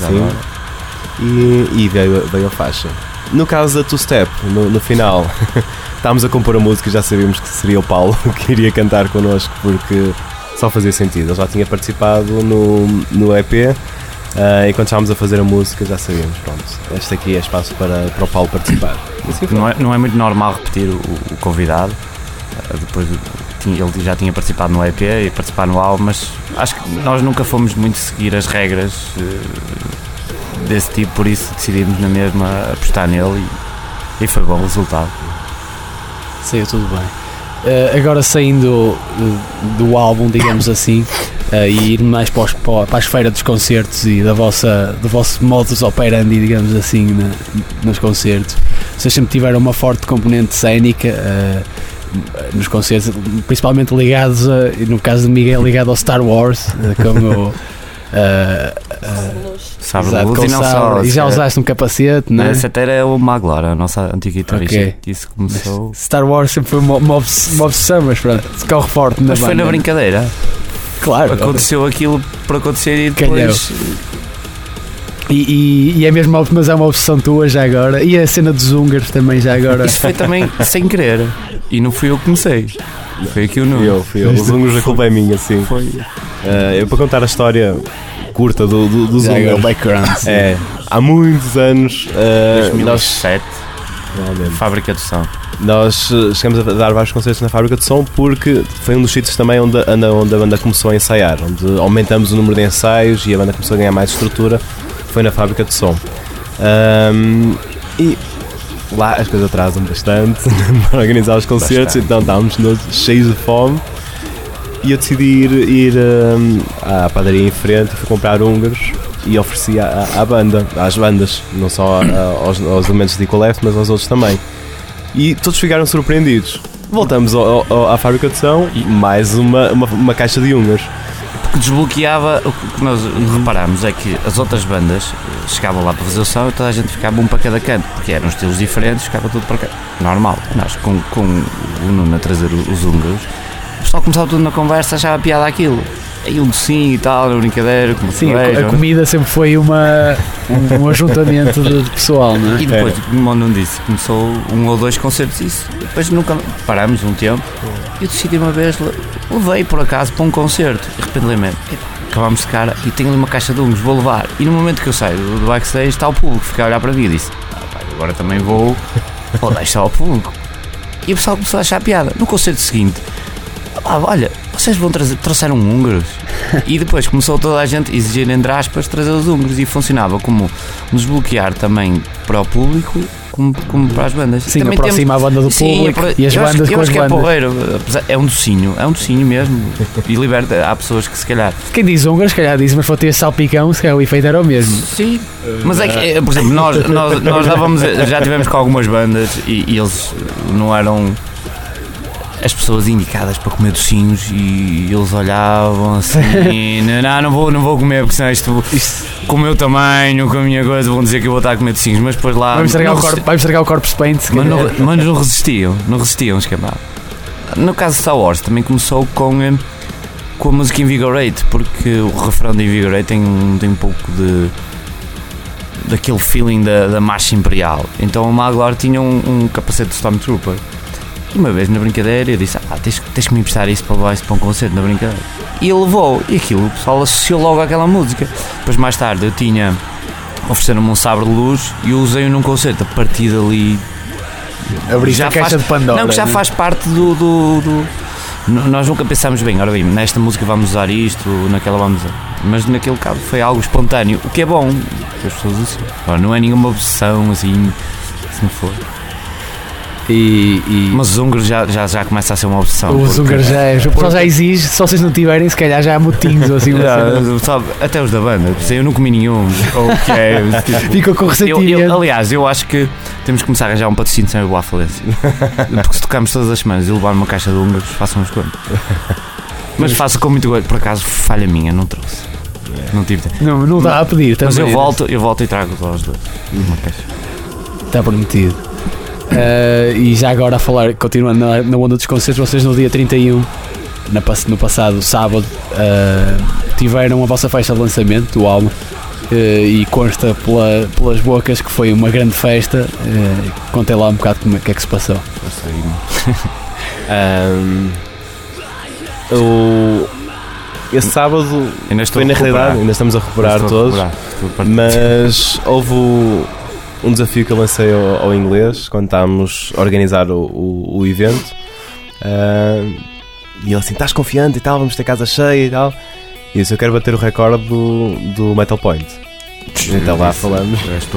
S5: e veio a faixa. No caso da Two Step, no final, estávamos a compor a música e já sabíamos que seria o Paulo que iria cantar connosco, porque só fazia sentido, ele já tinha participado no EP, e quando estávamos a fazer a música já sabíamos, pronto, este aqui é espaço para o Paulo participar. Assim
S6: não é muito normal repetir o convidado, depois ele já tinha participado no EP e participar no álbum, mas acho que nós nunca fomos muito seguir as regras desse tipo, por isso decidimos na mesma apostar nele e foi bom o resultado.
S1: Saiu tudo bem. Agora saindo do álbum, digamos assim, e ir mais para a esfera dos concertos e do vosso modus operandi, digamos assim, nos concertos, vocês sempre tiveram uma forte componente cénica nos concertos, principalmente ligados no caso de Miguel, ligado ao Star Wars, como
S6: Sabre de luz, e não
S1: só. E já usaste um capacete, não é?
S6: Esse até era o Maglar, a nossa antiga guitarrista,
S1: okay.
S6: Que isso começou.
S1: Star Wars sempre foi uma obsessão, mas pronto, se corre forte na banda.
S6: Mas foi na brincadeira.
S1: Claro.
S6: Aconteceu aquilo por acontecer e depois
S4: E é mesmo, mas é uma obsessão tua já agora. E a cena dos húngaros também já agora.
S6: Isso foi também sem querer. E não fui eu que comecei. Foi aqui o Nuno.
S5: Fui eu. Os húngaros, a culpa é minha, sim.
S6: Foi.
S5: Eu, para contar a história curta dos
S1: Já agora o
S5: húngaros.
S1: background.
S5: Há muitos anos.
S6: 2007, Fábrica de Som.
S5: Nós chegamos a dar vários concertos na Fábrica de Som porque foi um dos sítios também onde a banda começou a ensaiar, onde aumentamos o número de ensaios e a banda começou a ganhar mais estrutura. Foi na Fábrica de Som. E lá as coisas atrasam bastante para organizar os concertos, então estávamos cheios de fome e eu decidi ir à padaria em frente e fui comprar húngaros e ofereci à banda, às bandas, não só aos elementos de Equaleft, mas aos outros também. E todos ficaram surpreendidos. Voltamos à Fábrica de Som e mais uma caixa de húngaros.
S6: Porque desbloqueava, o que nós reparámos é que as outras bandas chegavam lá para fazer o som e toda a gente ficava um para cada canto, porque eram estilos diferentes, ficava tudo para cá. Normal. Nós, com o Nuno a trazer os húngaros, o pessoal começava tudo na conversa, achava piada aquilo. Aí um docinho e tal, na brincadeira, como
S4: Sim,
S6: vejo,
S4: a comida sempre foi um ajuntamento de pessoal, não é?
S6: E depois, como o Nuno disse, começou 1 ou 2 concertos isso. Depois nunca paramos um tempo. Eu decidi uma vez, levei por acaso para um concerto. E de repente lembrei, acabámos de cara e tenho ali uma caixa de húngaros, vou levar. E no momento que eu saio do backstage está o público, fica a olhar para mim e disse, agora também vou deixar ao público. E o pessoal começou a achar piada. No concerto seguinte, olha, vocês trouxeram húngaros? E depois começou toda a gente a exigir, entre aspas, trazer os húngaros e funcionava como nos bloquear também para o público como para as bandas.
S4: Sim,
S6: também
S4: aproxima a banda do público e as bandas com as bandas.
S6: É porreiro, é um docinho mesmo e liberta, há pessoas que se calhar...
S4: Quem diz húngaros, se calhar diz, mas para ter salpicão, se calhar o efeito era o mesmo.
S6: Sim, mas é que, por exemplo, nós já tivemos com algumas bandas e eles não eram... as pessoas indicadas para comer docinhos e eles olhavam assim, não vou comer porque senão isto com o meu tamanho, com a minha coisa vão dizer que eu vou estar a comer docinhos, mas depois lá
S4: vamos estragar o corpse paint,
S6: mas não resistiam escapar. No caso de Star Wars também começou com a música Invigorate, porque o refrão de Invigorate tem um pouco daquele feeling da marcha imperial, então o Maglor tinha um capacete de Stormtrooper. E uma vez na brincadeira eu disse, tens que me emprestar isso para levar isso para um concerto na brincadeira. E ele levou, e aquilo o pessoal associou logo àquela música. Depois mais tarde eu tinha, ofereceram-me um sabre de luz e eu usei-o num concerto. A partir dali
S4: abriste a caixa de Pandora.
S6: Não, que já faz parte do nós nunca pensámos bem, ora bem, nesta música vamos usar isto, naquela vamos usar. Mas naquele caso foi algo espontâneo, o que é bom, que as pessoas associam. Não é nenhuma obsessão assim, se não for. Mas os húngaros já começa a ser uma obsessão.
S4: Os húngaros o pessoal já exige, se vocês não tiverem, se calhar já há motinhos ou assim.
S6: Até os da banda, eu não comi nenhum.
S4: Ficou com ressentimento.
S6: Aliás, eu acho que temos que começar a arranjar um patrocínio sem eu à falência. Porque se tocamos todas as semanas e levar uma caixa de húngaros, façam uns contos. Mas faço com muito gosto, por acaso, falha minha, não trouxe. Não tive tempo.
S4: Não dá a pedir também.
S6: Mas eu volto e trago aos dois. Uma caixa.
S4: Está prometido. E já agora a falar, continuando na onda dos concertos, vocês no dia 31, no passado sábado, tiveram a vossa festa de lançamento do álbum e consta pelas bocas que foi uma grande festa. Contei lá um bocado o que é que se passou.
S5: Esse sábado foi na realidade, ainda estamos a recuperar todos, mas houve um desafio que eu lancei ao inglês quando estávamos a organizar o evento, e ele assim, estás confiante e tal, vamos ter casa cheia e tal, e eu disse, eu quero bater o recorde do Metal Point. Então lá falamos.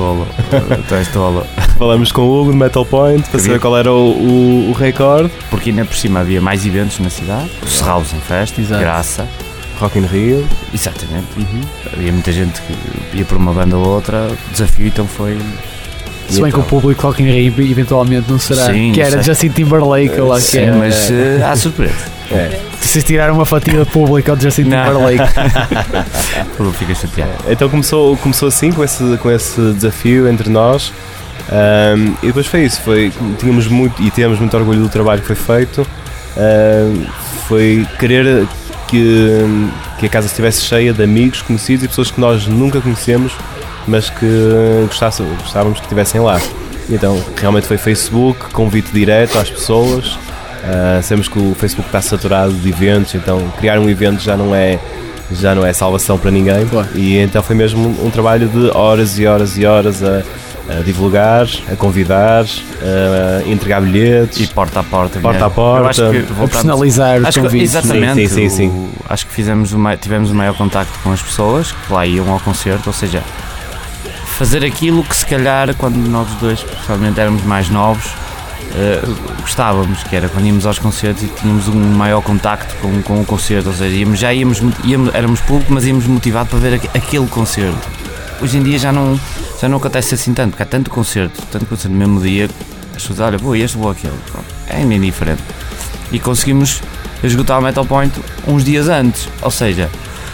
S5: Falamos com o Hugo de Metal Point para saber qual era o recorde.
S6: Porque ainda por cima havia mais eventos na cidade, o Serralves em Festa, Graça,
S5: Rock in Rio.
S6: Exatamente. Havia muita gente que ia por uma banda ou outra, o desafio então foi.
S4: Se bem que o público Rock in Rio eventualmente não será,
S6: sim,
S4: que era Justin Timberlake ou lá que era.
S6: Mas há surpresa.
S4: Vocês tiraram uma fatia pública ao Justin Timberlake.
S6: O fica chateado.
S5: Então começou assim com esse desafio entre nós, e depois foi isso. Tínhamos muito e temos muito orgulho do trabalho que foi feito. Foi querer que a casa estivesse cheia de amigos, conhecidos e pessoas que nós nunca conhecemos, mas que gostávamos que estivessem lá. Então realmente foi Facebook, convite direto às pessoas. Sabemos que o Facebook está saturado de eventos, então criar um evento já não é salvação para ninguém.
S1: Claro.
S5: E então foi mesmo um trabalho de horas e horas e horas a divulgar, a convidar, a entregar bilhetes.
S6: E porta a porta.
S5: Porta a porta.
S6: Eu acho que
S1: A personalizar os convites.
S6: Exatamente.
S5: Sim.
S6: Acho que tivemos o maior contacto com as pessoas que lá iam ao concerto, ou seja, fazer aquilo que se calhar quando nós dois, pessoalmente, éramos mais novos, gostávamos, que era quando íamos aos concertos e tínhamos um maior contacto com o concerto, ou seja, éramos público, mas íamos motivados para ver aquele concerto. Hoje em dia já não acontece assim tanto, porque há tanto concerto no mesmo dia, as pessoas olham, vou aquele, é indiferente. E conseguimos esgotar o Metal Point uns dias antes, ou seja,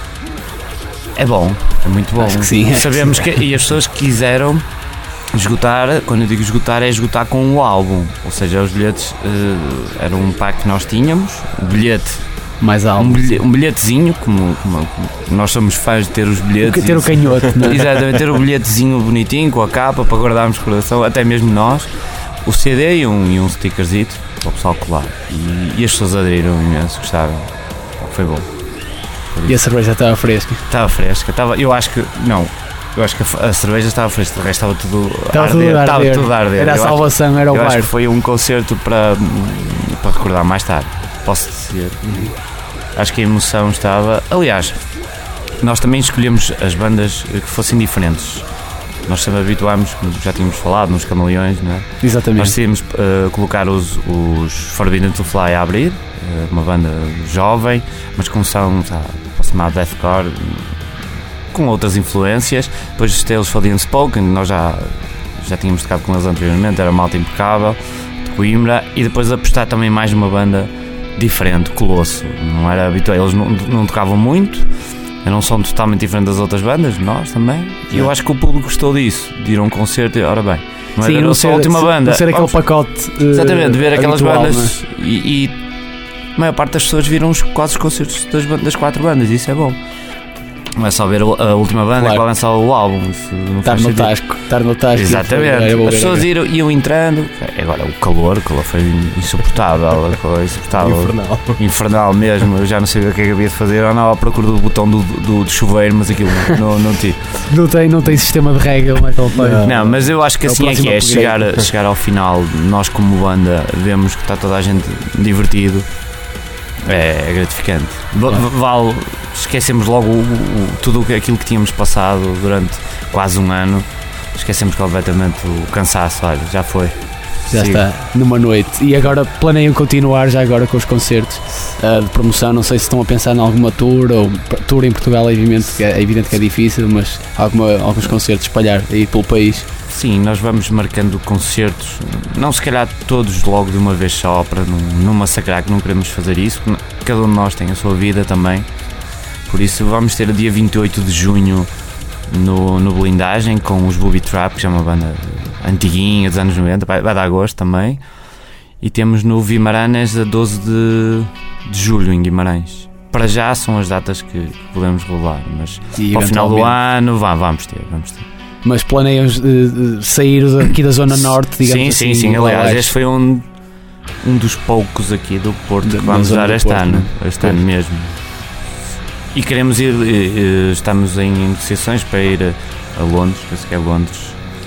S6: é bom, é muito bom.
S1: Acho que sim.
S6: Sabemos que e as pessoas que quiseram esgotar, quando eu digo esgotar, é esgotar com o álbum, ou seja, os bilhetes era um pack que nós tínhamos, o bilhete,
S1: Mais alto.
S6: um bilhetezinho, como nós somos fãs de ter os bilhetes.
S1: Ter o canhoto, não é?
S6: Exatamente, ter o bilhetezinho bonitinho com a capa para guardarmos o coração, até mesmo nós, o CD e um stickerzito para o pessoal colar. E as pessoas aderiram imenso, gostaram. Foi bom.
S1: E a cerveja estava fresca.
S6: Estava fresca, eu acho que a cerveja estava fresca, o resto estava tudo a arder.
S1: Era a salvação, era o
S6: Eu acho
S1: bar.
S6: que foi um concerto para recordar mais tarde, posso dizer. Acho que a emoção estava. Aliás, nós também escolhemos as bandas que fossem diferentes. Nós sempre habituámos, como já tínhamos falado, nos Camaleões, não é?
S1: Exatamente.
S6: Nós decidimos colocar os Forbidden to Fly a abrir, uma banda jovem, mas com som aproximado de deathcore, com outras influências. Depois os Tales for the Unspoken, nós já tínhamos tocado com eles anteriormente, era malta impecável, de Coimbra, e depois apostar também mais numa banda diferente, Colosso. Não era habitual, eles não tocavam muito, era um som totalmente diferente das outras bandas, nós também, e eu acho que o público gostou disso, de ir a um concerto e, ora bem, não
S1: Sim,
S6: era só a última banda.
S1: Não ser aquele pacote.
S6: Exatamente, ver aquelas
S1: habitual,
S6: bandas e a maior parte das pessoas viram quase os concertos das 4 bandas, isso é bom. Não é só ver a última banda,
S1: Claro.
S6: que vai lançar o álbum. Isso não
S1: Estar
S6: faz
S1: no
S6: sentido.
S1: tasco. Estar no tasco.
S6: Exatamente. As pessoas iam entrando. Agora, o calor foi insuportável. Infernal mesmo. Eu já não sabia o que é que havia de fazer. Eu andava à procura do botão do chuveiro, mas aquilo não tive.
S1: Não tem sistema de rega, o Metal Point.
S6: Não, mas eu acho que
S1: É o
S6: assim é que
S1: próximo
S6: é.
S1: upgrade.
S6: Chegar ao final, nós como banda vemos que está toda a gente divertido. É gratificante. Vale, esquecemos logo tudo aquilo que tínhamos passado durante quase um ano. Esquecemos completamente o cansaço. Olha, já foi.
S1: Já
S6: Sigo.
S1: está, numa noite. E agora planeiam continuar já agora com os concertos de promoção. Não sei se estão a pensar em alguma tour ou tour em Portugal. É evidente que é difícil, mas alguns concertos espalhar aí pelo país.
S6: Sim, nós vamos marcando concertos, não se calhar todos logo de uma vez só, para não massacrar, que não queremos fazer isso, porque cada um de nós tem a sua vida também. Por isso vamos ter o dia 28 de junho no Blindagem com os Booby Trap, que é uma banda antiguinha dos anos 90, vai dar gosto também. E temos no Vimaranas a 12 de julho em Guimarães. Para já são as datas que podemos revelar, mas
S1: E
S6: para o final do
S1: eventualmente-
S6: ano vamos ter.
S1: Mas planeiam sair aqui da Zona Norte, digamos assim.
S6: Sim,
S1: lá
S6: aliás,
S1: abaixo.
S6: este foi um dos poucos aqui do Porto que
S1: Da
S6: vamos
S1: zona
S6: dar
S1: do
S6: este
S1: Porto,
S6: ano,
S1: né?
S6: ano mesmo. E queremos ir, estamos em negociações para ir a Londres, penso que é Londres.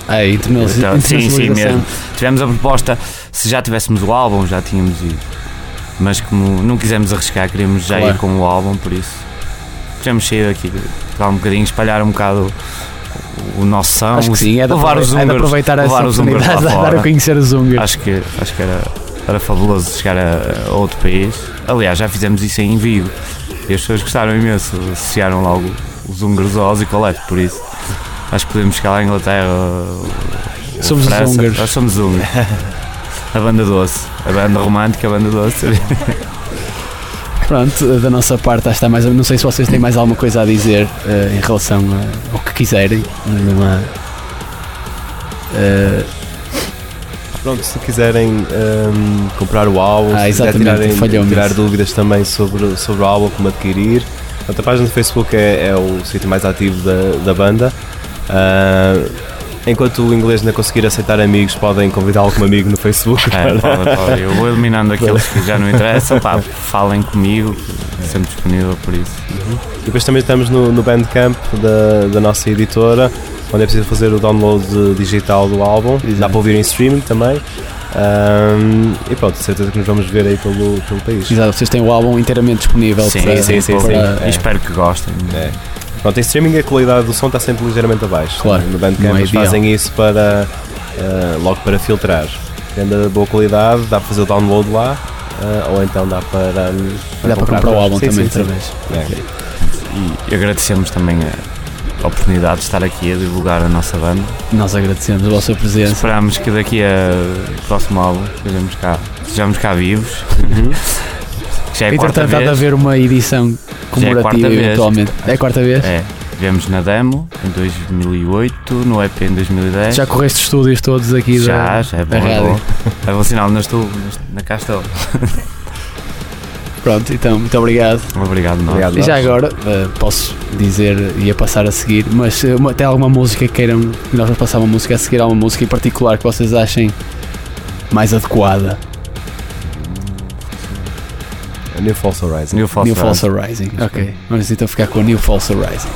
S6: Sim, mesmo. Tivemos a proposta, se já tivéssemos o álbum, já tínhamos ido. Mas como não quisemos arriscar, queríamos já
S1: Claro.
S6: ir com o álbum, por isso queremos sair aqui, tocar um bocadinho, espalhar um bocado o nosso som.
S1: Acho que sim, é de
S6: levar os húngaros,
S1: aproveitar essa
S6: levar os húngaros
S1: oportunidade
S6: lá
S1: de dar
S6: fora.
S1: a conhecer os húngaros.
S6: Acho que era fabuloso chegar a outro país. Aliás, já fizemos isso em Vigo e as pessoas gostaram imenso, associaram logo os húngaros ao Ozzy Colette, por isso acho que podemos chegar lá à Inglaterra ou
S1: Somos os
S6: França.
S1: húngaros.
S6: Nós somos húngaros. A banda doce, a banda romântica, a banda doce.
S1: Pronto, da nossa parte está mais. Não sei se vocês têm mais alguma coisa a dizer em relação ao que quiserem.
S5: Pronto, se quiserem comprar o álbum, se
S1: exatamente,
S5: quiserem tirar dúvidas também sobre o álbum, como adquirir, portanto, a página do Facebook é o sítio mais ativo da banda. Enquanto o inglês não conseguir aceitar amigos, podem convidá-lo como amigo no Facebook.
S6: Pode. Eu vou eliminando aqueles que já não interessam, falem comigo, sempre disponível por isso.
S5: E depois também estamos no Bandcamp da nossa editora, onde é preciso fazer o download digital do álbum.
S1: Exato.
S5: Dá para ouvir em streaming também. E pronto, certeza que nos vamos ver aí pelo país.
S1: Exato, vocês têm o álbum inteiramente disponível.
S6: Sim,
S1: para-
S6: e espero que gostem.
S5: Pronto, em streaming a qualidade do som está sempre ligeiramente abaixo.
S1: Claro,
S5: No Bandcamp
S1: não é
S5: eles
S1: ideal.
S5: fazem isso para logo para filtrar. Tendo a boa qualidade, dá para fazer o download lá, ou então dá para
S1: Dá para comprar o álbum
S5: Sim,
S1: também
S5: sim,
S1: outra
S5: sim.
S1: vez.
S6: E agradecemos também a oportunidade de estar aqui a divulgar a nossa banda.
S1: Nós agradecemos a vossa presença.
S6: Esperamos que daqui ao próximo álbum sejamos cá vivos. Que já é a quarta
S1: Entretanto, há de
S6: vez.
S1: haver uma edição comemorativa
S6: quarta vez.
S1: eventualmente. É a quarta vez?
S6: É, tivemos na demo em 2008, no EP em 2010.
S1: Já correste estúdios todos aqui
S6: já
S1: da
S6: é bom, é
S1: rádio.
S6: bom. É bom sinal, não estou na cá estou.
S1: Pronto, então, muito obrigado.
S6: Obrigado, nós.
S5: Obrigado.
S1: E já agora, posso dizer, ia passar a seguir, mas tem alguma música que queiram, que nós vamos passar uma música a seguir, alguma música em particular que vocês achem mais adequada?
S5: New False Horizon.
S6: New False
S1: New False
S6: Horizon.
S1: Rising. Ok, vamos então ficar com a New False Rising.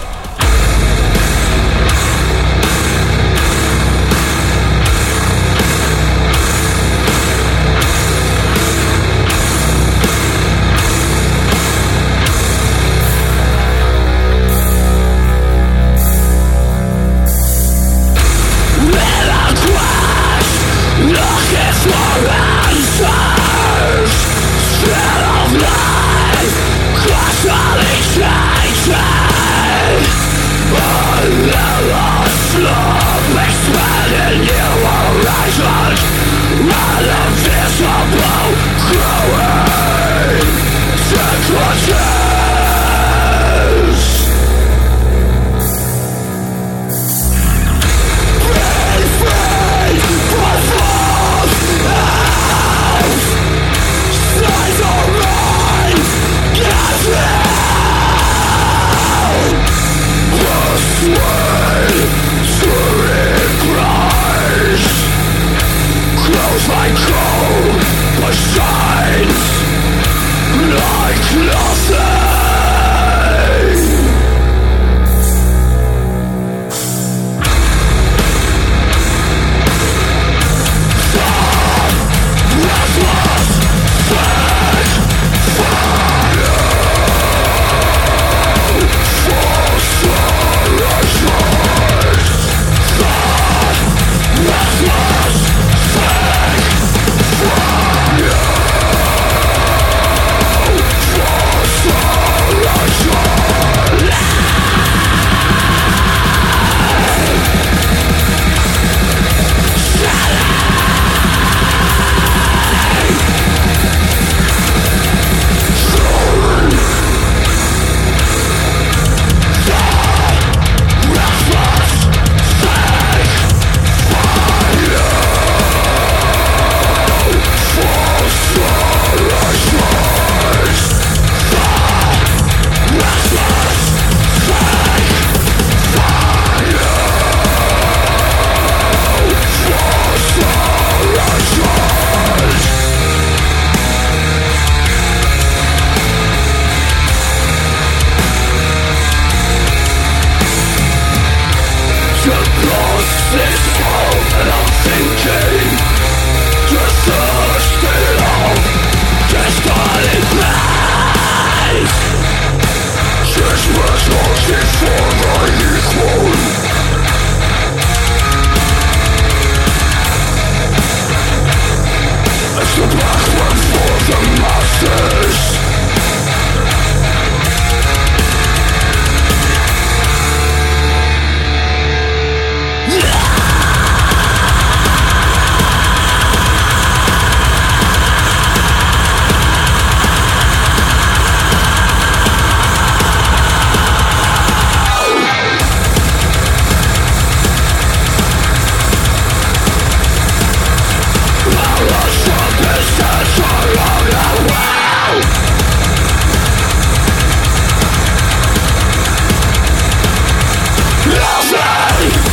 S7: Nothing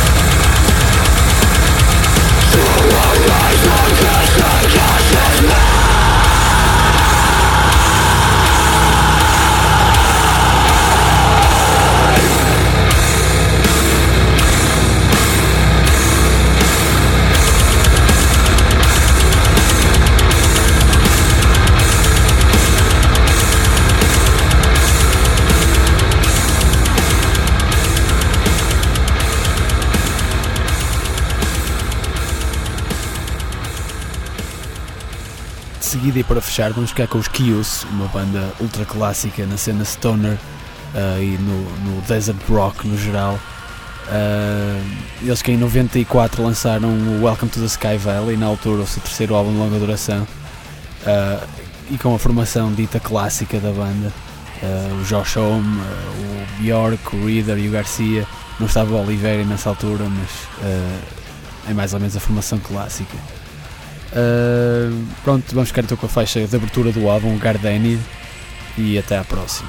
S4: De seguida, e para fechar, vamos ficar com os Kyuss, uma banda ultra clássica na cena stoner e no desert rock no geral. Eles que em 94 lançaram o Welcome to the Sky Valley, na altura o seu terceiro álbum de longa duração, e com a formação dita clássica da banda, o Josh Homme, o Bjork, o Reader e o Garcia. Não estava o Oliveira nessa altura, mas é mais ou menos a formação clássica. Pronto, vamos ficar então com a faixa de abertura do álbum, Gardenia, e até à próxima.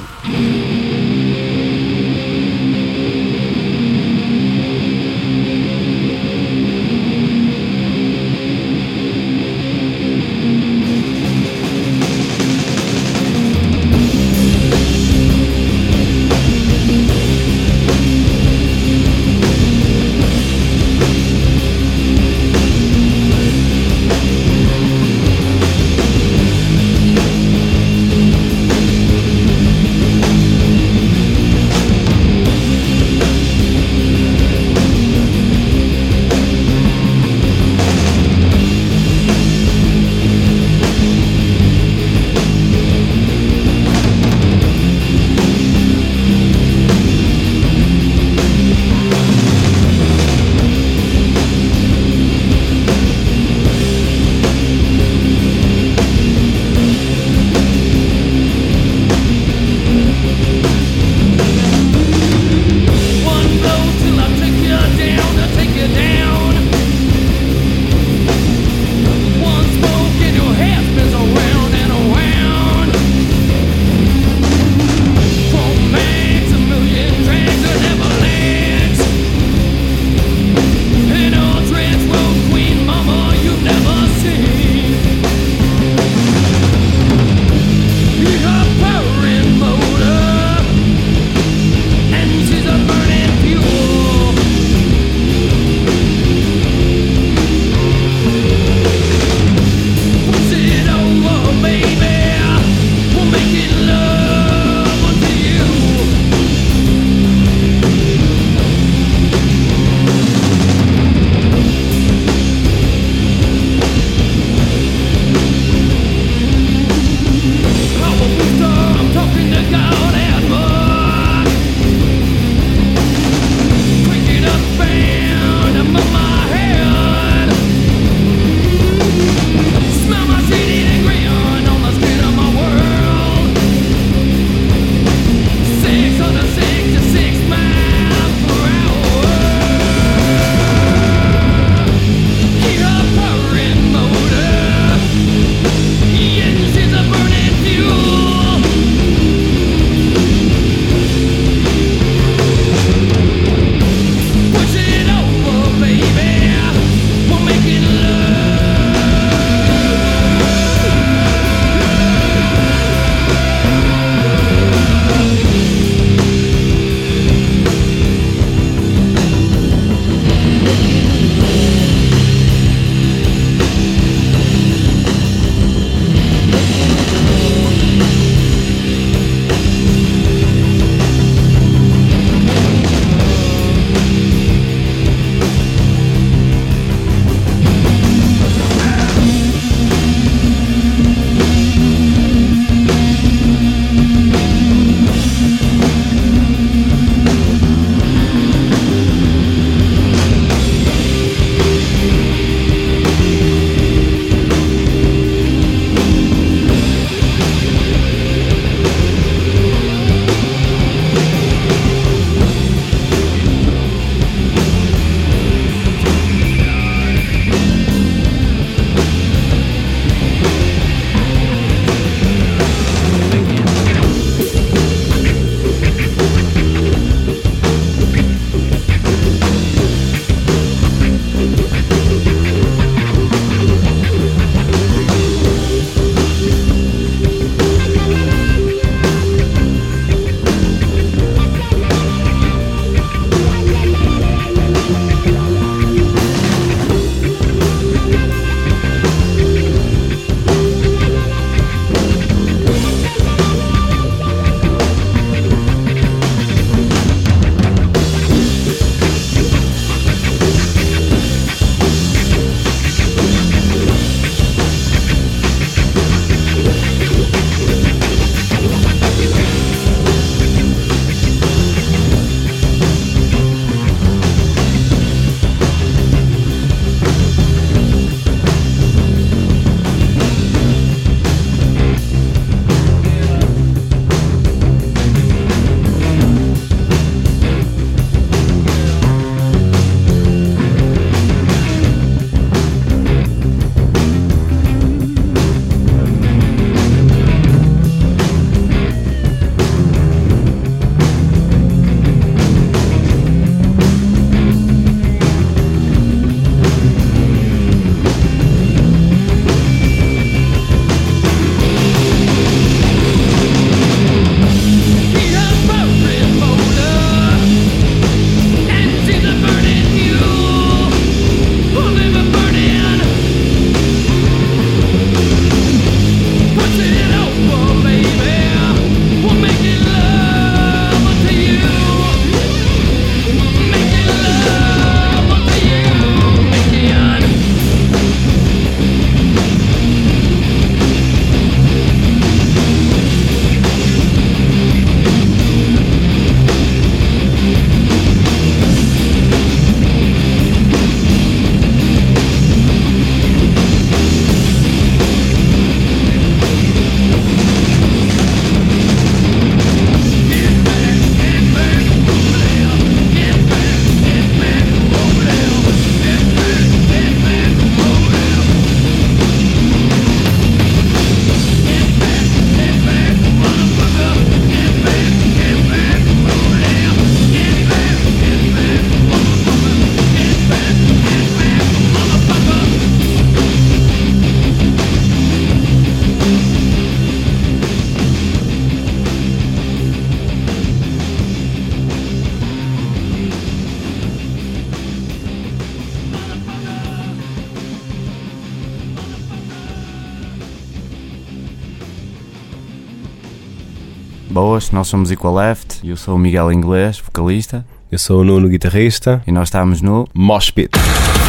S6: Boas, nós somos Equal Left, eu sou o Miguel Inglês, vocalista.
S5: Eu sou o Nuno, guitarrista.
S6: E nós estamos no
S5: Mosh Pit.